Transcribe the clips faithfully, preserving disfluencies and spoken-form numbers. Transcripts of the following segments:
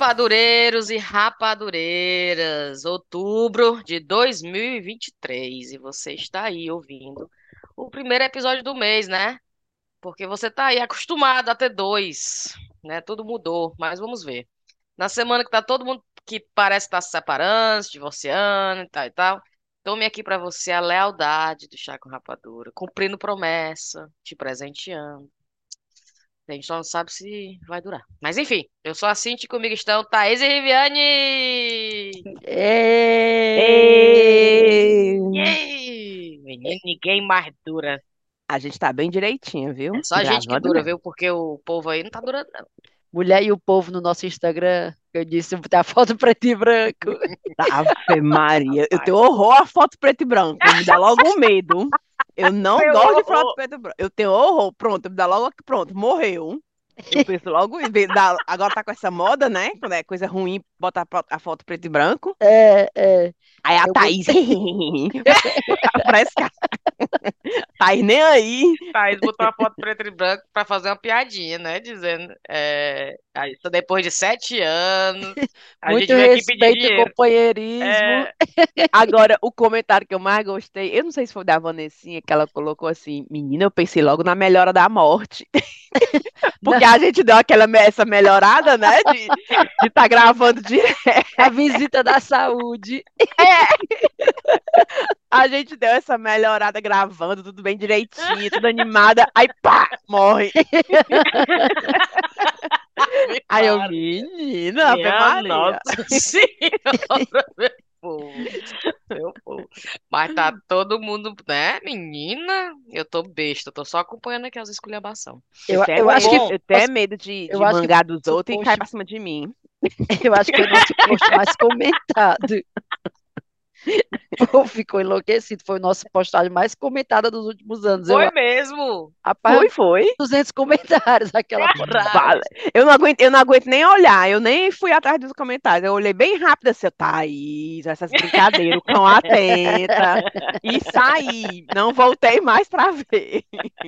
Rapadureiros e rapadureiras, outubro de dois mil e vinte e três, e você está aí ouvindo o primeiro episódio do mês, né? Porque você está aí acostumado a ter dois, né? Tudo mudou, mas vamos ver. Na semana que tá todo mundo que parece estar se separando, se divorciando e tal e tal, tome aqui para você a lealdade do Chá com Rapadura, cumprindo promessa, te presenteando. A gente só não sabe se vai durar. Mas enfim, eu sou a Cinti, comigo estão Thaís e Riviane! Ei! Yay! Menino, ninguém mais dura. A gente tá bem direitinho, É viu? só a gente que Gravando dura, mesmo. viu? Porque o povo aí não tá durando, não. Mulher e o povo no nosso Instagram, eu disse, botar foto preto e branco. Ave Maria, eu Rapaz, tenho horror a foto preto e branco, me dá logo um medo. Eu não meu gosto de foto horror! preto e branco. Eu tenho horror, pronto, me dá logo aqui, pronto, morreu. Eu penso logo, em vez da- agora tá com essa moda, né? Quando é coisa ruim, botar a fo- a foto preto e branco. É, é. Aí a Eu Thaís, botei. parece que a Thaís nem aí. Thaís botou a foto preto e branco pra fazer uma piadinha, né? Dizendo, é, aí, só depois de sete anos, a Muito gente veio aqui pedir respeito e dinheiro. companheirismo. É, Agora, o comentário que eu mais gostei, eu não sei se foi da Vanessinha, que ela colocou assim, menina, eu pensei logo na melhora da morte. Não, Porque a gente deu aquela, me- essa melhorada, né, de de estar gravando direto. a visita da saúde. A gente deu essa melhorada gravando, tudo bem direitinho, tudo animada, aí pá, morre. Ave Aí eu, Maria. menina, Ave Minha Nossa Maria. Senhora, meu povo, meu povo. Mas tá todo mundo, né, menina? Eu tô besta, eu tô só acompanhando aqui as esculhambação. Eu Eu, tenho eu acho que medo, Bom, eu tenho medo de, eu de acho que mangar dos nosso outros e cair post, pra cima de mim. eu acho que foi nosso post mais comentado. O povo ficou enlouquecido. Foi o nosso postagem mais comentada dos últimos anos. Eu, foi mesmo. rapaz, Foi, foi. duzentos comentários aquela Vale. postagem. Eu não aguento, eu não aguento nem olhar, eu nem fui atrás dos comentários. Eu olhei bem rápido assim, eu, Thaís, essas brincadeiras, o cão atenta. E saí, não voltei mais para ver.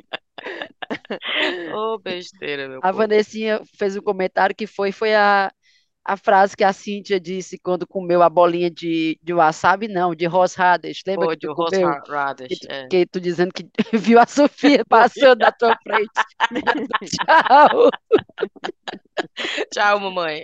Ô, besteira, meu A povo. Vanessinha fez um comentário que foi, foi a, a frase que a Cíntia disse quando comeu a bolinha de, de wasabi, não, de horseradish. Lembra Foi que tu do Ross comeu? Ra- Que Radish, tu, é. que tu dizendo que viu a Sofia passando na tua frente. Tchau. Tchau, mamãe.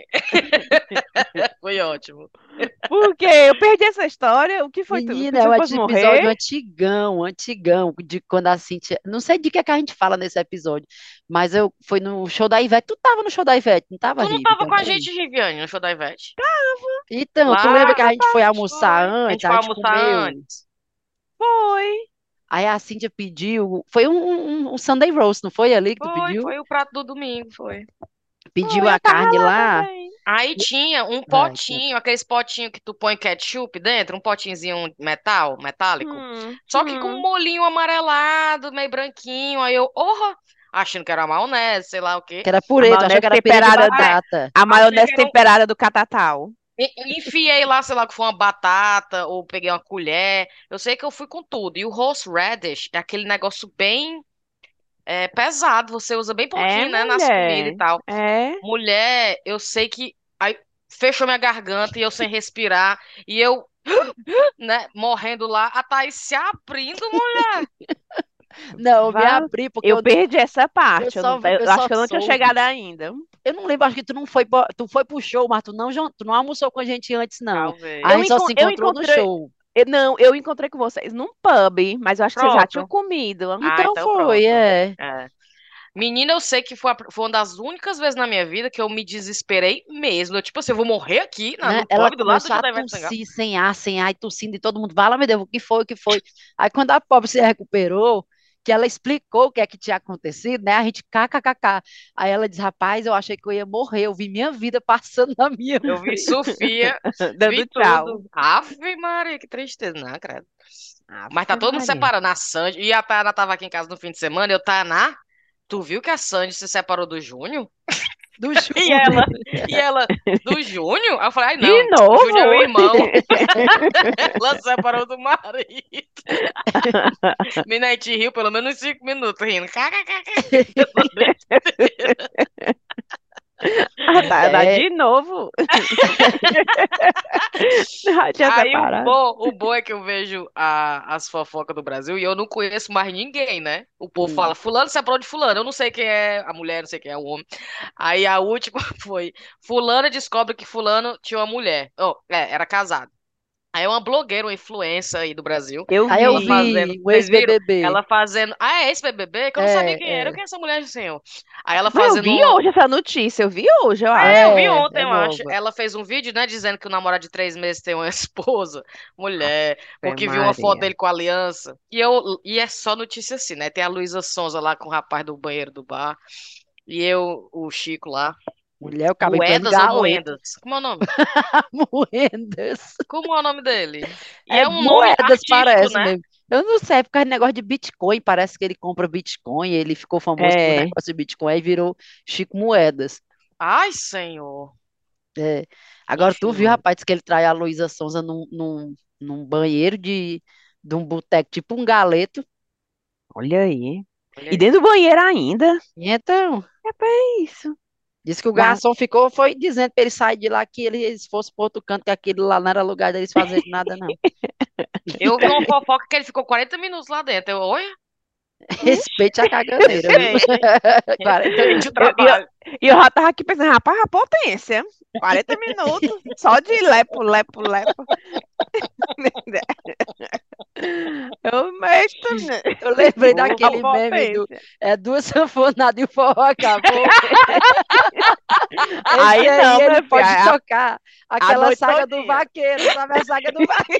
Foi ótimo. Porque eu perdi essa história. O que foi? Tu, tu Menina, é um fosse morrer? episódio antigão, antigão, de quando a Cíntia. Não sei de que, é que a gente fala nesse episódio, mas eu foi no show da Ivete. Tu tava no show da Ivete, não tava, Tu não Rive, tava com a também? gente, Viviane, no show da Ivete? Então, tu lembra que Claro, a gente foi almoçar foi. A antes, gente a foi gente almoçar comeu. antes. Foi. Aí a Cíntia pediu. Foi um, um, um Sunday roast, não foi ali que tu Foi, pediu? foi o prato do domingo, foi. Pediu Foi, eu a tava carne lá lá. também. Aí E- tinha um Vai, conta. potinho, aqueles potinhos que tu põe ketchup dentro, um potinhozinho metal, metálico. Hum, Só que com um hum. molinho amarelado, meio branquinho. Aí eu, orra, achando que era maionese, sei lá o quê. Que era A purê, tu achou maionese que era purê de temperada da, Ai, batata. a achei que maionese era um. temperada do Catatal. e- Enfiei lá, sei lá, que foi uma batata, ou peguei uma colher. Eu sei que eu fui com tudo. E o horseradish é aquele negócio bem é, pesado, você usa bem É, pouquinho, né, nas comidas e mulher. tal. É. Mulher, eu sei que aí fechou minha garganta e eu sem respirar e eu, né, morrendo lá, a Thaís se abrindo, mulher. Não, eu me Vale. abri porque Eu eu, perdi essa eu parte. Eu, não, só, eu eu acho só que eu não tinha chegado soube. ainda. Eu não lembro, acho que tu não foi, pro- tu foi pro show, mas tu não, jan- tu não almoçou com a gente antes, não. A Eu, Talvez. gente só encon- se eu encontrou no encontrei. show. eu- Não, eu encontrei com vocês num pub, mas eu acho que vocês já tinham Pronto. comido. Ah, Então então foi, pronto. é. É. Menina, eu sei que foi, a- foi uma das únicas vezes na minha vida que eu me desesperei mesmo. Eu, tipo assim, eu vou morrer aqui na- Né? no Ela pub do lado do começou a Show da Ivete Sangalo. tossir sem ar, sem ar, e tossindo, e todo mundo, fala, meu Deus, o que foi, o que foi? Aí quando a pobre se recuperou, que ela explicou o que é que tinha acontecido, né? A gente kkkk. Aí ela diz, rapaz, eu achei que eu ia morrer, eu vi minha vida passando na minha Eu vi frente. Sofia, vi Dando tchau. tudo. Ave Maria, que tristeza. Não, credo. Mas tá Ave todo mundo Maria. separando. A Sandy. E a Tayana tava aqui em casa no fim de semana. Eu, Tayana, tu viu que a Sandy se separou do Júnior? Do E Júnior. ela, e ela, do Júnior? Aí eu falei, ai De não, o Júnior é o novo? irmão. Ela se separou do marido. Menina, a gente riu pelo menos uns cinco minutos rindo. Kkkkk. Eu sou besteira. Ah, tá, tá Mulher, de novo. Já tinha Aí o separado. bom, o bom é que eu vejo a- as fofocas do Brasil e eu não conheço mais ninguém, né? O povo hum, fala, fulano separou de fulano, eu não sei quem é a mulher, não sei quem é o homem. Aí a última foi, fulano descobre que fulano tinha uma mulher. Oh, é, era casado. Aí é uma blogueira, uma influencer aí do Brasil. Eu aí eu Ela vi. fazendo. vi o Vocês viram? ex-B B B. Ela fazendo. Ah, é esse B B B? Que eu não sabia quem É, era. é, Quem é essa mulher, senhor? Aí ela Mas eu fazendo vi um. hoje essa notícia. Eu vi hoje, eu É, eu acho. vi é, ontem, é eu acho. nova. Ela fez um vídeo, né, dizendo que o namorado de três meses tem uma esposa, mulher, Ave porque viu uma foto Maria. dele com a aliança. E, eu, e é só notícia assim, né? Tem a Luísa Sonza lá com o rapaz do banheiro do bar. E eu, o Chico lá. Mulher, o cabo em plano de Moedas ou galeto. Moendas? Como é o nome? Moedas. Como é o nome dele? E É é um nome moedas, artístico, parece né? mesmo. Eu não sei, é por causa do negócio de Bitcoin. Parece que ele compra Bitcoin. Ele ficou famoso por um É. negócio de Bitcoin e virou Chico Moedas. Ai, senhor. É. Agora, tu viu, Ixi, rapaz, que ele trai a Luísa Sonza num, num, num banheiro de, de um boteco, tipo um galeto. olha aí. Olha E aí. dentro do banheiro ainda. E então, É pra isso. disse que o Mas, garçom ficou, foi dizendo para ele sair de lá que eles fossem para outro canto, que aquele lá não era lugar deles fazerem nada, não. Eu vi uma fofoca que ele ficou quarenta minutos lá dentro. Eu, oi? Respeite a caganeira, viu? Respeite. quarenta Respeite o eu, minutos. eu, trabalho. e eu já tava aqui pensando, rapaz, a potência. Quarenta minutos só de lepo, lepo, lepo. Eu mesmo, né? Eu lembrei A daquele meme do potência. é, duas sanfonadas e o forró acabou. Esse Aí aí não, ele meu filho, pode a, tocar a aquela noite saga do todinha. vaqueiro, sabe a saga do vaqueiro?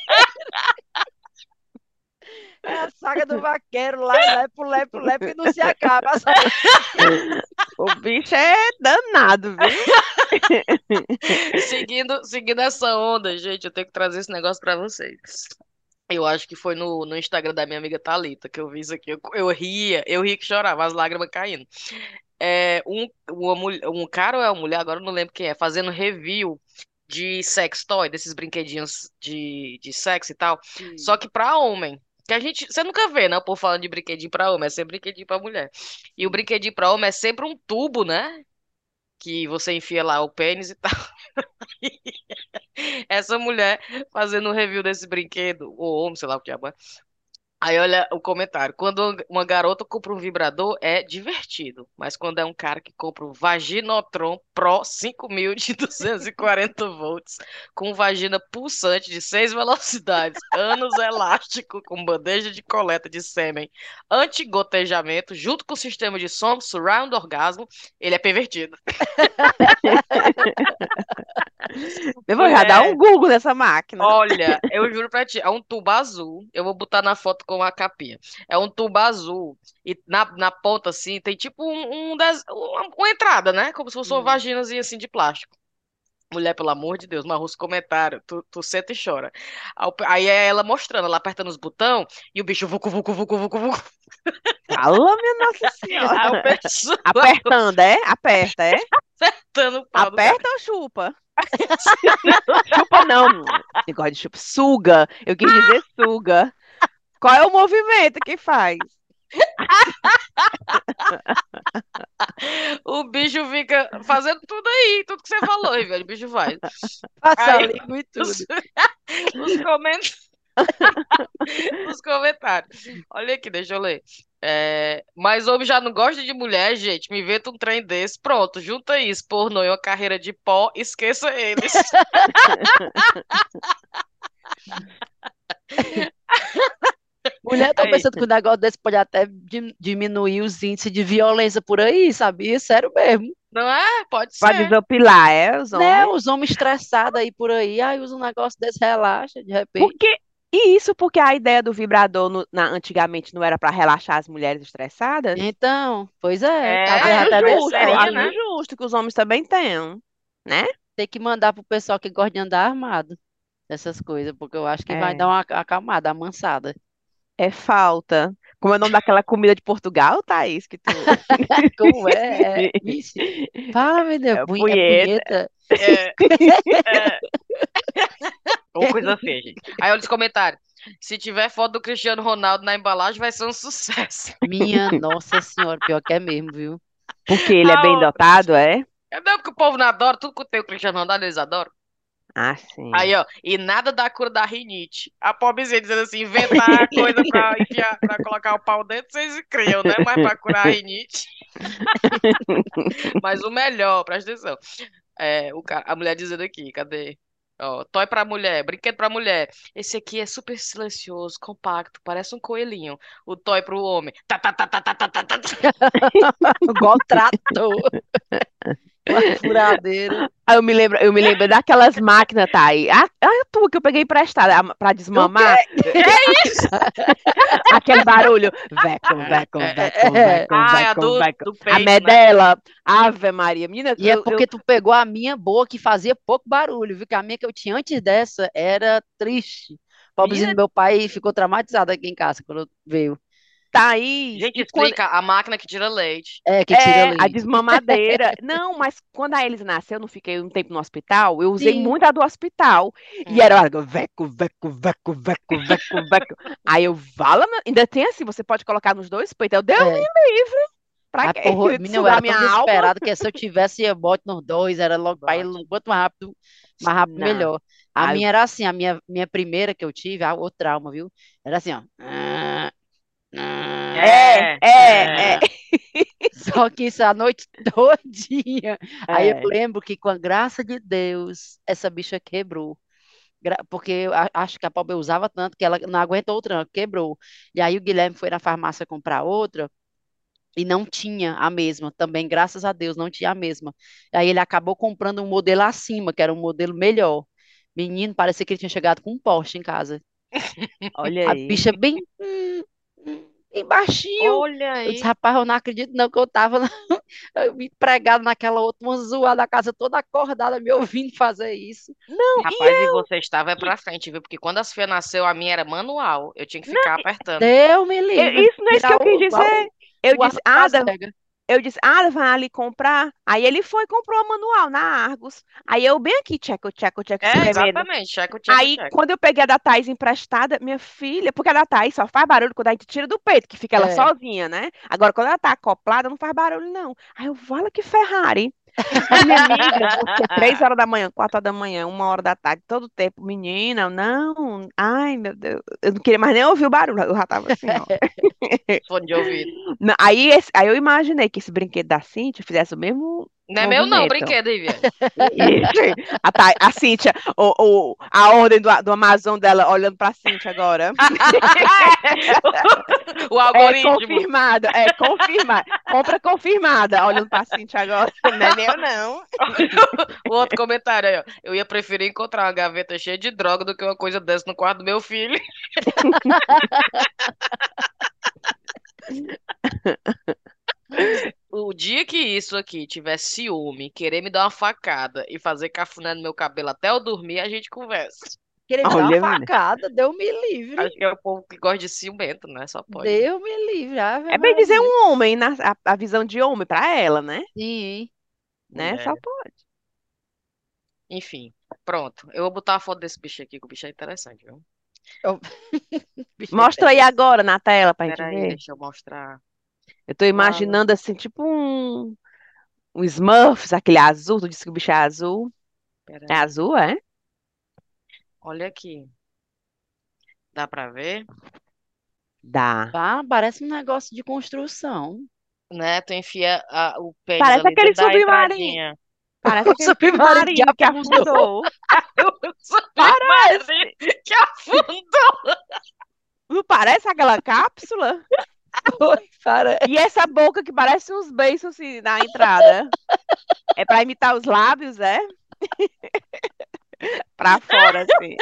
É a saga do vaqueiro lá, e lepo, lepo, lepo, e não se acaba. A saga- O bicho é danado, viu? Seguindo, seguindo essa onda, gente, eu tenho que trazer esse negócio pra vocês. Eu acho que foi no, no Instagram da minha amiga Thalita que eu vi isso aqui. Eu, eu ria, eu ria que chorava, as lágrimas caindo. É, um, uma, mulher- um cara ou é uma mulher, agora eu não lembro quem é, fazendo review de sex toy, desses brinquedinhos de, de sexo e tal, só Sim. que pra homem. Que a gente, você nunca vê, né? O povo falando de brinquedinho pra homem, é sempre brinquedinho pra mulher. E o brinquedinho pra homem é sempre um tubo, né? Que você enfia lá o pênis e tal. Essa mulher fazendo um review desse brinquedo, ou homem, sei lá o que é. Aí olha o comentário. Quando uma garota compra um vibrador, é divertido. Mas quando é um cara que compra um Vaginotron Pro cinco mil de duzentos e quarenta volts, com vagina pulsante de seis velocidades, ânus elástico com bandeja de coleta de sêmen, anti-gotejamento, junto com o sistema de som surround orgasmo, ele é pervertido. Eu vou já dar um Mulher, Google nessa máquina. olha, eu juro pra ti, é um tubo azul. Eu vou botar na foto com a capinha. É um tubo azul. E na, na ponta, assim, tem tipo um, um das, uma, uma entrada, né? Como se fosse uma Hum. vaginazinha assim de plástico. Mulher, pelo amor de Deus, Marrus comentário. Tu, tu senta e chora. Aí aí é ela mostrando, ela apertando os botões e o bicho vucu, vucu, vucu, vucu, vucu. Fala, minha Nossa Senhora. Aí o pessoal Apertando, é? Aperta, é? apertando o pau do cara. Aperta ou chupa? Chupa não. Negócio de chupa. Suga. Eu quis dizer suga. Qual é o movimento que faz? O bicho fica fazendo tudo aí, tudo que você falou, aí, velho. O bicho faz. Passa a Aí língua e os, tudo. os comentários. Nos comentários. Olha aqui, deixa eu ler. É, mas homem já não gosta de mulher, gente. Me inventa um trem desse. Pronto, junta isso. Pornô e uma carreira de pó, esqueça eles. Mulher, eu tô Aí, pensando que o negócio desse pode até di- diminuir os índices de violência por aí, sabia? Sério mesmo. não é? Pode Pra ser. desopilar, é, os Né? homens? Os homens estressados aí por aí, aí usa um negócio desse, relaxa, de repente. Porque, e isso porque a ideia do vibrador no- na- antigamente não era para relaxar as mulheres estressadas? Então, pois é, talvez É, Acho até dê justo, seria, certo, acho né? viu? justo que os homens também tenham, né? Tem que mandar pro pessoal que gosta de andar armado, essas coisas, porque eu acho que vai dar É, uma acalmada, amansada. é falta. Como é o nome daquela comida de Portugal, Thaís, que tu... Como é? É, vixe, fala, meu Deus, É punhe- é punheta. punheta. É, é. Ou coisa feia, gente. Aí olha os comentários. Se tiver foto do Cristiano Ronaldo na embalagem, vai ser um sucesso. Minha Nossa Senhora, pior que é mesmo, viu? Porque ele é A bem outra. dotado, é? Não, porque o povo não adora, tudo que tem o Cristiano Ronaldo, eles adoram. Ah, sim. Aí, ó, e nada da cura da rinite. A pobrezinha dizendo assim, inventar coisa pra enfiar, pra colocar o pau dentro, vocês criam, né? Mas pra curar a rinite. Mas o melhor, presta atenção. É, o cara, a mulher dizendo aqui, cadê? Ó, toy pra mulher, brinquedo pra mulher. Esse aqui é super silencioso, compacto, parece um coelhinho. O toy pro homem. Tá, tá, tá, tá, tá, tá, tá, tá. Igual trator, uma furadeira. Aí eu me lembro, eu me lembro daquelas máquinas, tá aí. A, a tua que eu peguei emprestada a- pra O desmamar. quê? É isso! Aquele barulho. Veco, veco, veco, É. veco, Ai, a veco, do, veco. do A peito, né? medela. Ave Maria. Menina, E é eu, eu porque tu pegou a minha boa que fazia pouco barulho, viu? Que a minha que eu tinha antes dessa era triste. Pobrezinho menina, do meu pai ficou traumatizado aqui em casa quando veio. Thaís. Gente, E quando, explica a máquina que tira leite. É, que tira É, a leite. desmamadeira. Não, mas quando a Elis nasceu, eu não fiquei um tempo no hospital, eu usei Sim. muito a do hospital. E era Hum. hora do veco, veco, veco, veco, veco, veco. Aí eu, vala, meu- ainda tem assim, você pode colocar nos dois peitos. Eu, Deus É. me livre. Pra Mas, quê? porra, De menina, eu sugar era tão minha alma? desesperado que se eu tivesse bote nos dois, era logo para ir Bote. quanto mais rápido, mais rápido, Não. melhor. A Aí eu, minha era assim, a minha, minha primeira que eu tive, a, o trauma, viu? Era assim, ó. é, É, é, é. é. Só que isso a noite todinha. Aí eu É. lembro que, com a graça de Deus, essa bicha quebrou. Gra- Porque eu a- acho que a pobre usava tanto que ela não aguentou o tranco, quebrou. E aí o Guilherme foi na farmácia comprar outra e não tinha a mesma. Também, graças a Deus, não tinha a mesma. Aí ele acabou comprando um modelo acima, que era um modelo melhor. Menino, parecia que ele tinha chegado com um Porsche em casa. Olha A aí. bicha bem, hum, hum, bem baixinho. Olha Eu disse, aí. rapaz, eu não acredito não que eu tava eu me pregado naquela outra, uma zoada, a casa toda acordada, me ouvindo fazer isso. Não, e Rapaz, e você estava é pra frente, viu? Porque quando a Sofia nasceu, a minha era manual. Eu tinha que não, ficar apertando. Deus me eu- livre, isso não é isso que virar eu quis o, igual dizer. o, Eu o disse, Arnold Ada, Schwarzenegger. eu disse, ah, vai ali comprar. Aí ele foi e comprou a manual na Argos. Aí eu bem aqui, tcheco, tcheco, tcheco, É, espremendo. exatamente. Checo, checo, Aí, checo. quando eu peguei a da Thaís emprestada, minha filha, porque a da Thaís só faz barulho quando a gente tira do peito, que fica ela É. sozinha, né? Agora, quando ela tá acoplada, não faz barulho, não. Aí eu, falo que Ferrari. Mas minha amiga, você três horas da manhã, quatro horas da manhã, uma hora da tarde, todo tempo, menina, não, ai, meu Deus, eu não queria mais nem ouvir o barulho, eu já tava assim, ó. Fone de ouvido. Não, Aí, esse- aí eu imaginei que esse brinquedo da Cintia fizesse o mesmo Não é meu, não, movimento. brinquedo, aí, Viviane. Ixi, a, Thay- a Cíntia, o, o- a ordem do, do Amazon dela olhando pra Cíntia agora. O É algoritmo. confirmado, é confirmado. Compra confirmada, olhando pra Cíntia agora. Não é meu, não. O outro comentário aí, ó. Eu ia preferir encontrar uma gaveta cheia de droga do que uma coisa dessa no quarto do meu filho. O dia que isso aqui tiver ciúme, querer me dar uma facada e fazer cafuné no meu cabelo até eu dormir, a gente conversa. Querer me dar uma Olha, menina. facada, Deus me livre. Acho que é o povo que gosta de ciumento, né? Só pode. Deus me livre, Ave É bem dizer Maria. um homem, na, a, a visão de homem pra ela, né? Sim. Né? Só É. pode. Enfim, pronto. Eu vou botar a foto desse bicho aqui, que o bicho é interessante, viu? Eu- Bicho é Mostra aí interessante. agora na tela pra gente Peraí, ver. deixa eu mostrar. Eu tô Lá, lá. imaginando assim, tipo um, um Smurfs, aquele azul. Tu disse que o bicho é azul. É Peraí. azul, é? Olha aqui. Dá pra ver? Dá. Ah, parece um negócio de construção. Né? Tu enfia a- o pênis Parece ali aquele dentro da submarino. entradinha. Parece O aquele submarino que submarino que afundou. afundou. Eu submarino Parece. que afundou. Não parece aquela cápsula? Oi, para. E essa boca que parece uns beijos assim na entrada. É pra imitar os lábios, é? Pra fora, assim.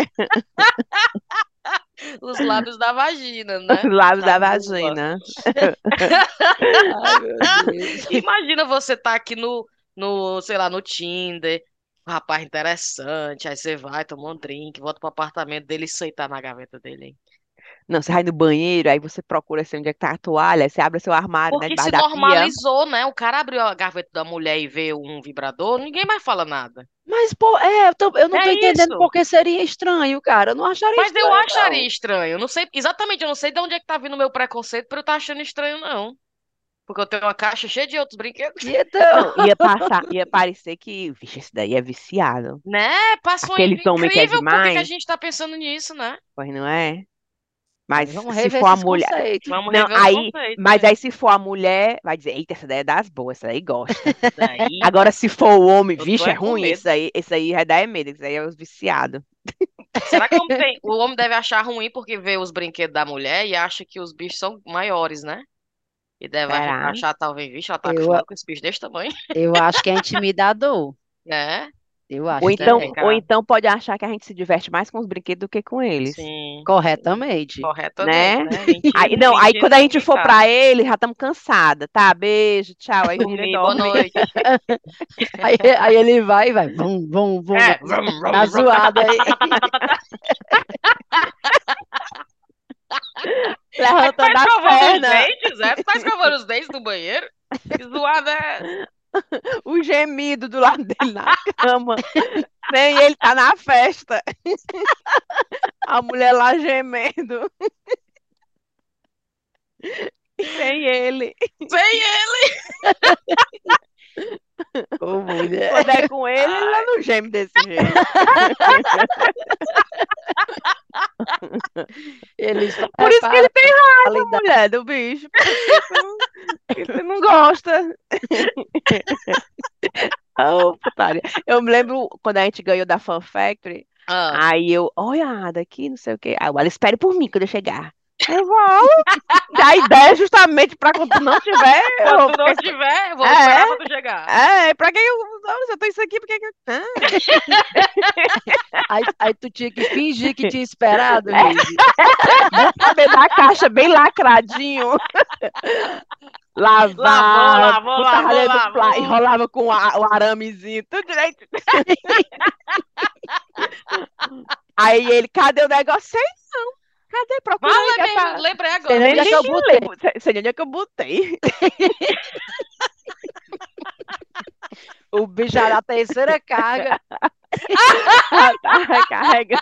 Os lábios da vagina, Os né? lábios Da da vulva. vagina. Ai, meu Deus. Imagina você tá aqui no, no, sei lá, no Tinder, um rapaz interessante, aí você vai, toma um drink, volta pro apartamento dele e sentar na gaveta dele, hein? Não, você vai no banheiro, aí você procura assim onde é que tá a toalha, aí você abre seu armário, né, Porque se debaixo da pia. normalizou, né? O cara abriu a gaveta da mulher e vê um vibrador, ninguém mais fala nada. Mas, pô, é, eu, tô- eu não tô É entendendo isso. por que seria estranho, cara. Eu não acharia Mas eu estranho, acharia não. estranho. Eu não sei, exatamente, eu não sei de onde é que tá vindo o meu preconceito pra eu estar achando estranho, não. Porque eu tenho uma caixa cheia de outros brinquedos. E então, Não, ia passar, ia parecer que, vixe, esse daí é viciado. Né? Passa uma Aqueles homens que é incrível. Por que que a demais, gente tá pensando nisso, né? pois não é? aí Mas vamos se rever for a esses mulher. conceitos. Vamos Não, rever os aí. conceitos, Mas gente. aí se for a mulher, vai dizer, eita, essa daí é das boas, essa daí gosta. Daí, Agora, se for o homem, eu tô vixe, é é com ruim, medo. esse aí, esse aí já dá é medo, esse aí é os viciados. Será que o homem, tem- o homem deve achar ruim porque vê os brinquedos da mulher e acha que os bichos são maiores, né? E deve ach- Será? achar, talvez, vixe, ela tá Eu, acostumada com esse bicho desse tamanho. eu acho que é intimidador. É, Eu Ou acho então, deve, também. ou cara. então pode achar que a gente se diverte mais com os brinquedos do que com eles, Sim, sim. Corretamente. Corretamente, né? né? Mentira, Aí, não, aí mentira quando a gente ninguém for cabe. pra ele, já estamos cansada, tá? Beijo, tchau, aí vira e Dormir, boa dorme. noite. Aí, aí ele vai e vai, vum, vum, vum, na, É, vrum, na vrum, vrum, tá, tá, zoada tá, aí. tá, tá, tá, tá, tá, tá. É, tu tá Levantando as escovando os pernas, dentes, é? Tu tá escovando os dentes do banheiro? Que zoada é essa? o gemido do lado dele na cama. Nem ele tá na festa. A mulher lá gemendo. E sem ele. Sem ele! Ô, mulher. Quando é com ele, ele Ai, não geme desse jeito. Ele só Por é isso que ele para tem raiva, validar. mulher, do bicho. Porque tu não, porque tu não gosta. Oh, putaria. Eu me lembro quando a gente ganhou da Fun Factory. ah, Aí eu, olha, daqui, não sei o quê. Aí eu, ela, espere por mim quando eu chegar. Aí eu vou, a ideia é justamente pra quando tu não tiver, eu quando vou tu não ficar. tiver, eu vou esperar pra É, tu chegar. é, pra que eu. Não, se eu tô isso aqui, por que que eu. Ah. Aí, aí tu tinha que fingir que tinha esperado, Reise. Vou saber da caixa bem lacradinho. Lavou, Lavar, lavou, botava lavou, dentro do pla, lavou. enrolava com a- o aramezinho, tudo direito. Aí ele, cadê o negócio? Sei não. Cadê? Procura aí Fala que mesmo, essa. lembrei Sei agora, nem Sei onde é nem que eu vixe. que botei. lembro, sei sei nem onde é que eu botei. O bicho já da terceira carga. Ah, tá, recarrega.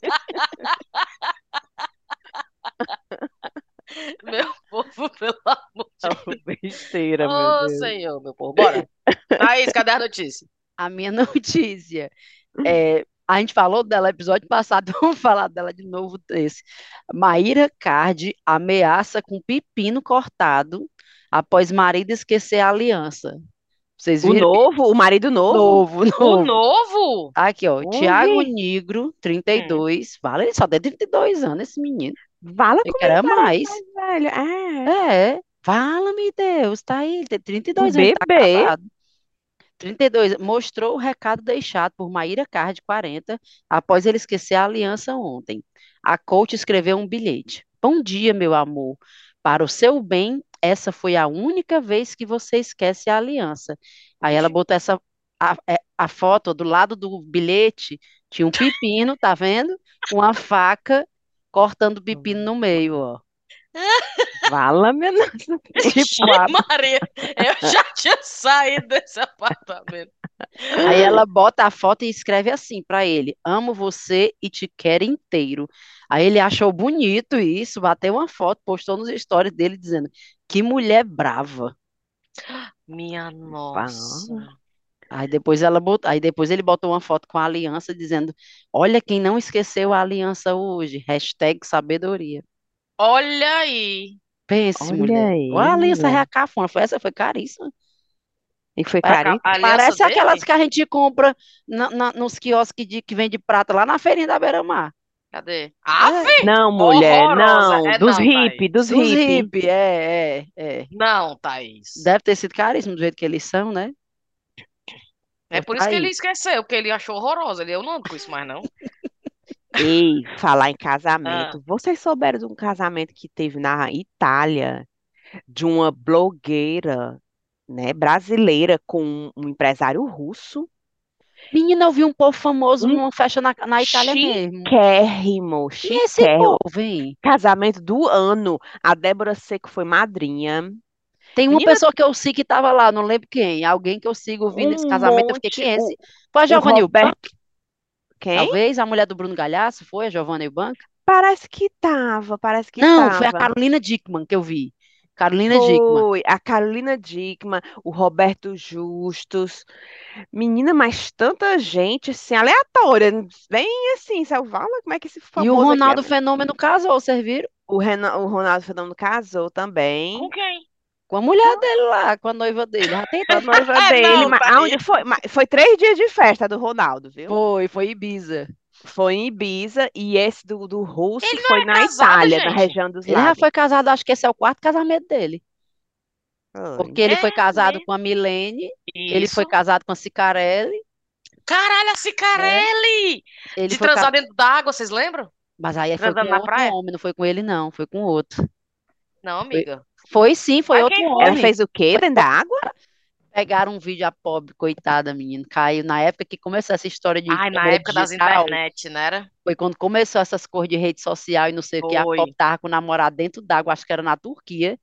Meu povo, pelo amor de Oh, besteira, meu Ô, Deus. Senhor, meu povo, bora. Thaís, cadê a notícia? A minha notícia. É, a gente falou dela no episódio passado, vamos falar dela de novo desse. Maíra Cardi ameaça com pepino cortado após marido esquecer a aliança. Vocês O viram? novo, o marido novo? Novo, O novo. novo? Aqui, ó, Tiago Ui, Nigro, Hum. trinta e dois. Vale, ele só tem trinta e dois anos, esse menino. fala Ele como ele quer parece mais. mais velho. É, É, fala-me Deus, tá aí, ele tem trinta e um dois anos, tá bebê. casado. trinta e dois, mostrou o recado deixado por Maíra Card, quarenta, após ele esquecer a aliança ontem. A coach escreveu um bilhete. Bom dia, meu amor. Para o seu bem, essa foi a única vez que você esquece a aliança. Aí ela Vixe. botou essa a, é, a foto do lado do bilhete, tinha um pepino, tá vendo? Com a faca cortando o pepino no meio, ó. Fala, meu Deus. Vixe, Tipo, a Maria, eu já tinha saído desse apartamento. Aí ela bota a foto e escreve assim para ele: Amo você e te quero inteiro. Aí ele achou bonito isso, bateu uma foto, postou nos stories dele dizendo: Que mulher brava. Minha nossa. Fala. Aí depois ela botou, aí depois ele botou uma foto com a aliança dizendo: Olha quem não esqueceu a aliança hoje. Hashtag sabedoria. Olha aí. Pense, Olha mulher. aí, A aliança mulher. reacafona, foi essa, foi caríssima. E foi A, ca- carinho? a aliança Parece aquelas dele? que a gente compra na- na- nos quiosques de, que vende prata lá na feirinha da Beira-Mar. Cadê? É, Ave! Não, mulher, Horrorosa. não. É Dos não, hippie, Thaís. dos dos hippie. hippies, é, é, é. Não, Thaís. Deve ter sido caríssimo do jeito que eles são, né? É Pois por tá isso que ele aí. esqueceu, porque ele achou horrorosa. Ele, eu não ando com isso mais, não. Ei, falar em Ah, casamento. Vocês souberam de um casamento que teve na Itália, de uma blogueira, né, brasileira com um um empresário russo? Menina, eu vi um povo famoso Um numa festa na, na Itália mesmo. chiquérrimo, Quem é esse chiquérrimo. povo, hein? Casamento do ano. A Débora Seco foi madrinha. Tem uma Menina, pessoa que eu sigo que tava lá, não lembro quem. Alguém que eu sigo vindo esse um casamento, eu fiquei, monte. quem é O, esse? Foi a o Giovanna Eubank, Roberto. Quem? talvez? A mulher do Bruno Galhaço, foi a Giovanna Eubank? Parece que tava, parece que Não, foi a tava. Carolina Dickmann que eu vi. Carolina Dickmann. Foi a Carolina Dickmann, o Roberto Justus. Menina, mas tanta gente, assim, aleatória. Bem assim, você fala como é que esse E o famoso aqui é. Ronaldo Fenômeno casou, vocês viram? O, Rena- o Ronaldo Fenômeno casou Com também. quem? Com a mulher dele lá, com a noiva dele. Já tem Com a tempo. noiva dele. Não, Mas tá aí. aonde foi? Mas foi três dias de festa do Ronaldo, viu? Foi, foi Ibiza. Foi em Ibiza e esse do, do Russo Ele não foi é na casado, Itália, na gente. região dos Ele já lagos. foi casado, acho que esse é o quarto casamento dele. Foi. Porque ele É foi casado mesmo. com a Milene, ele foi Isso. casado com a Cicarelli, Caralho, a né? Cicarelli! Ele De foi. ca- transar dentro d'água, vocês lembram? Mas aí foi com Transando na outro praia? homem, não foi com ele, não. Foi com outro. Não, Foi, amiga. foi sim, foi Mas outro quem Ela foi? homem. fez o quê dentro da água? Pegaram um vídeo, a pobre, coitada, menina. Caiu na época que começou essa história de Ai, na câmera época das digital. internet, né? Era? Foi quando começou essas cores de rede social e não sei o que. A pobre Foi. tava com o namorado dentro d'água, acho que era na Turquia.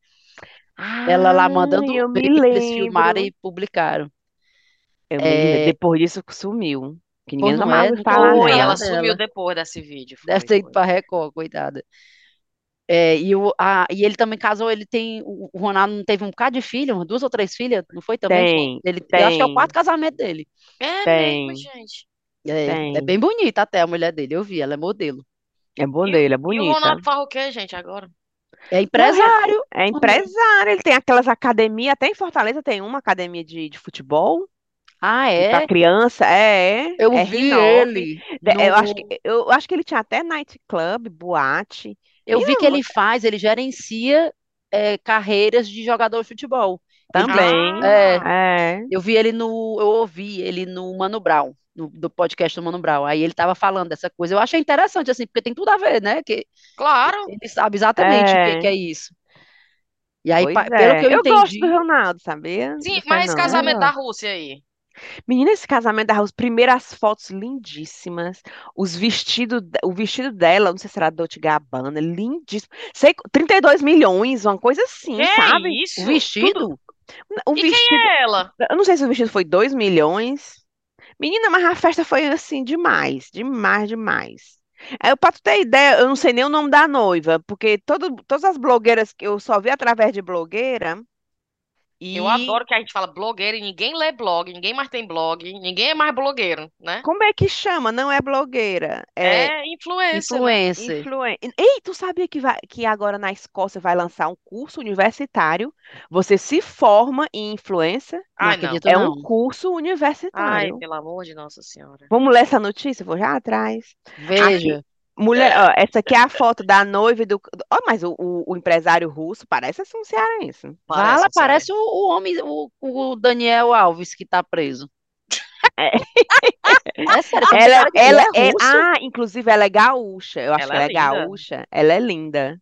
Ela Ah, lá mandando eu ver, me eles filmaram lembro. e publicaram. Eu me lembro. É, Depois disso sumiu. Que ninguém pois nunca não mais é, ouviu nunca falar ouvi Foi, falar ela nela. sumiu dela. depois desse vídeo. Deve Foi, ter ido foi. pra Record, coitada. É, e, o, a, e ele também casou, ele tem. O, o Ronaldo não teve um bocado de filho, umas duas ou três filhas, não foi também? Tem, Ele, eu acho que é o quarto tem, casamento dele. É mesmo, tem, gente. É, é tem. bem bonita até a mulher dele, eu vi, ela é modelo. É bom E, dele, é e o bonita. Ronaldo faz o quê, gente, agora? É Não, é, empresário. é Amor. empresário, ele tem aquelas academias, até em Fortaleza tem uma academia de, de futebol Ah, e para é? criança, é, Eu é vi R nove. ele De- Eu acho que, no. eu acho que ele tinha até nightclub, boate. Eu vi que Menina, ele faz, ele gerencia é, carreiras de jogador de futebol. Ele tem. também, É, Ah, é, eu vi ele no. Eu ouvi ele no Mano Brown, no, do podcast do Mano Brown. Aí ele tava falando dessa coisa. Eu achei interessante, assim, porque tem tudo a ver, né? Que claro. ele sabe exatamente o que, que é, é isso. E aí, pois pa- pelo que é. eu Eu gosto do entendi, Ronaldo, sabia? Sim, Do mas esse é, fenômeno. casamento da ó, Rússia aí? Menina, esse casamento da Rose, primeiro as fotos lindíssimas, os vestidos, de- o vestido dela, não sei se era Dolce Gabbana, lindíssimo. Sei, trinta e dois milhões, uma coisa Que assim, sabe? o isso? Tudo. vestido, O E quem vestido, é ela? eu não sei se o vestido foi dois milhões. Menina, mas a festa foi assim, demais, demais, demais. Aí, pra tu ter ideia, eu não sei nem o nome da noiva, porque todo, todas as blogueiras que eu só vi através de blogueira, Eu e adoro que a gente fala blogueira e ninguém lê blog, ninguém mais tem blog, ninguém é mais blogueiro, né? como é que chama? Não é blogueira, é É influencer, né? influencer. influente. Ei, tu sabia que, vai, que agora na Escócia vai lançar um curso universitário? Você se forma em influencer? Não Ai, não. acredito, É um não. curso Ai, universitário. pelo amor de Nossa Senhora. Vamos ler essa notícia? Vou já atrás. Aqui, Veja. mulher, ó, essa aqui é a foto da noiva e do. Ó, mas o, o, o empresário russo parece assim um cearense. Parece Vala um parece o, cearense. o homem, o, o Daniel Alves que tá preso. É, É sério, essa ela, mulher aqui ela é é. russo? Ah, inclusive ela é gaúcha. Eu acho que Ela é ela é linda. gaúcha. Ela é linda.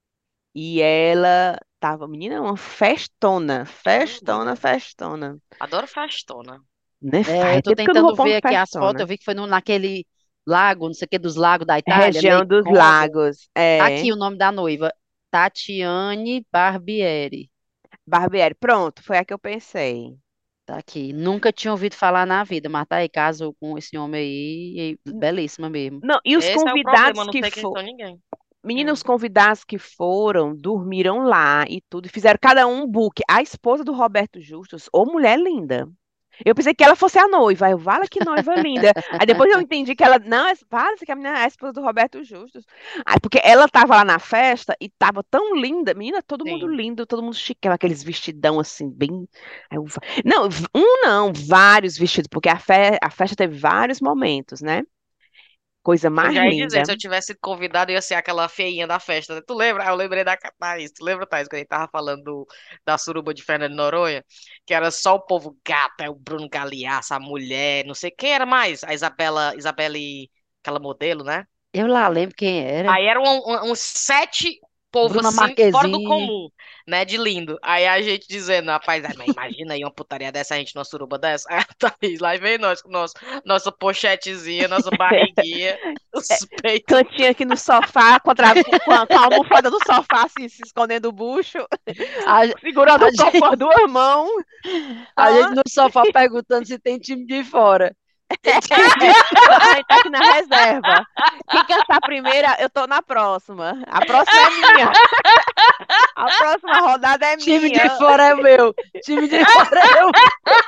E ela tava, menina, uma festona, festona, Menina, festona. adoro festona. Né? É, eu Faz tô tempo que eu não vou tentando pra uma ver aqui as fotos. Eu festona. vi que foi no, naquele lago, não sei o que, dos lagos da Itália, Região Lake dos Como. Lagos. Tá É. aqui o nome da noiva, Tatiane Barbieri. Barbieri. Pronto, foi a que eu pensei. Tá aqui. Nunca tinha ouvido falar na vida, mas tá aí, casou com esse homem aí, e belíssima mesmo. Não, e os Esse é o problema, convidados eu não que sei quem foram. são ninguém. Meninos, Hum. os convidados que foram, dormiram lá e tudo, e fizeram cada um um book. A esposa do Roberto Justus, ô mulher linda. Eu pensei que ela fosse a noiva. Aí eu, vala que noiva linda. Aí depois eu entendi que ela, não, é- para, que a menina é a esposa do Roberto Justus. Aí porque ela tava lá na festa e tava tão linda. Menina, todo mundo Sim. lindo, todo mundo chique, aqueles vestidão assim, bem. Aí eu, va- não, v- um não, vários vestidos, porque a, fe... a festa teve vários momentos, né? Coisa Eu mais já ia dizer, linda. se eu tivesse sido convidado, eu ia ser aquela feinha da festa, né? Tu lembra? Ah, eu lembrei da Ca- Thaís. Tu lembra, Thaís, quando a gente tava falando do- da suruba de Fernando de Noronha? Que era só o povo gato, é o Bruno Galeasso, a mulher, não sei quem era mais. A Isabela, Isabelle, aquela modelo, né? Eu lá lembro quem era. Aí eram um- um- uns sete povo Bruna assim, fora do Marquezine. comum, né? De lindo. Aí a gente dizendo, rapaz, ai, mas imagina aí uma putaria dessa, a gente numa suruba dessa. Aí a Thaís, lá vem nós com nosso, nossa pochetezinha, nossa barriguinha, os peitos. Cantinho aqui no sofá, contra, com, com a, com a almofada do sofá, assim, se escondendo do bucho, A, segurando a o copo com gente, as duas mãos. a gente Ó. no sofá perguntando se tem time de fora. Tem time de... A gente tá aqui na reserva. Quem cantar primeira, eu tô na próxima. A próxima é minha. A próxima rodada é Time de minha. fora é meu. Time de fora é meu.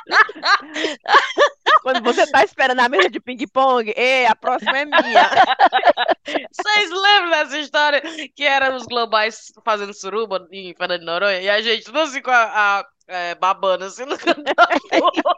Quando você tá esperando a mesa de ping-pong, ei, a próxima é minha. Vocês lembram dessa história que eram os globais fazendo suruba em Fernando de Noronha? E a gente tudo assim com a, a- é, babando assim no canto da boca.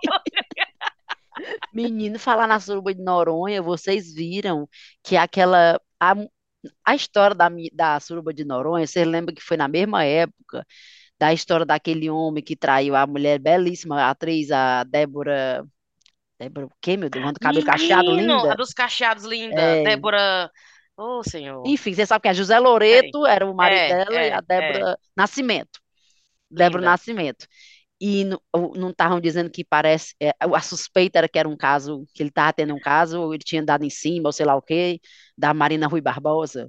Menino, falar na suruba de Noronha, vocês viram que aquela. A, a história da, mi- da suruba de Noronha, vocês lembram que foi na mesma época da história daquele homem que traiu a mulher belíssima, a atriz, a Débora. Débora, o quê, meu Deus? Uma do cabelo cacheado, Menino, a linda. dos cacheados linda, É, Débora. Ô, senhor. enfim, você sabe que a José Sei. Loreto era o marido É, dela e a é, é. Débora Nascimento. Débora Linda. Nascimento. E no- o- não estavam dizendo que parece. É, a suspeita era que era um caso, que ele estava tendo um caso, ou ele tinha dado em cima, ou sei lá o quê, da Marina Rui Barbosa.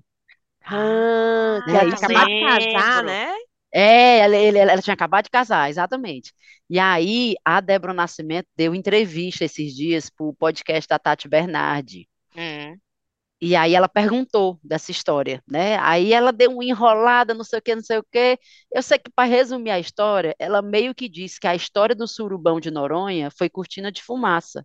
Ah, que Né? ela Ah, tinha Isso aí. acabado de casar, lembro. né? É, ela, ele- ela tinha acabado de casar, exatamente. E aí, a Débora Nascimento deu entrevista esses dias para o podcast da Tati Bernardi. Hum. E aí ela perguntou dessa história, né? Aí ela deu uma enrolada, não sei o que, não sei o quê. Eu sei que, para resumir a história, ela meio que disse que a história do surubão de Noronha foi cortina de fumaça.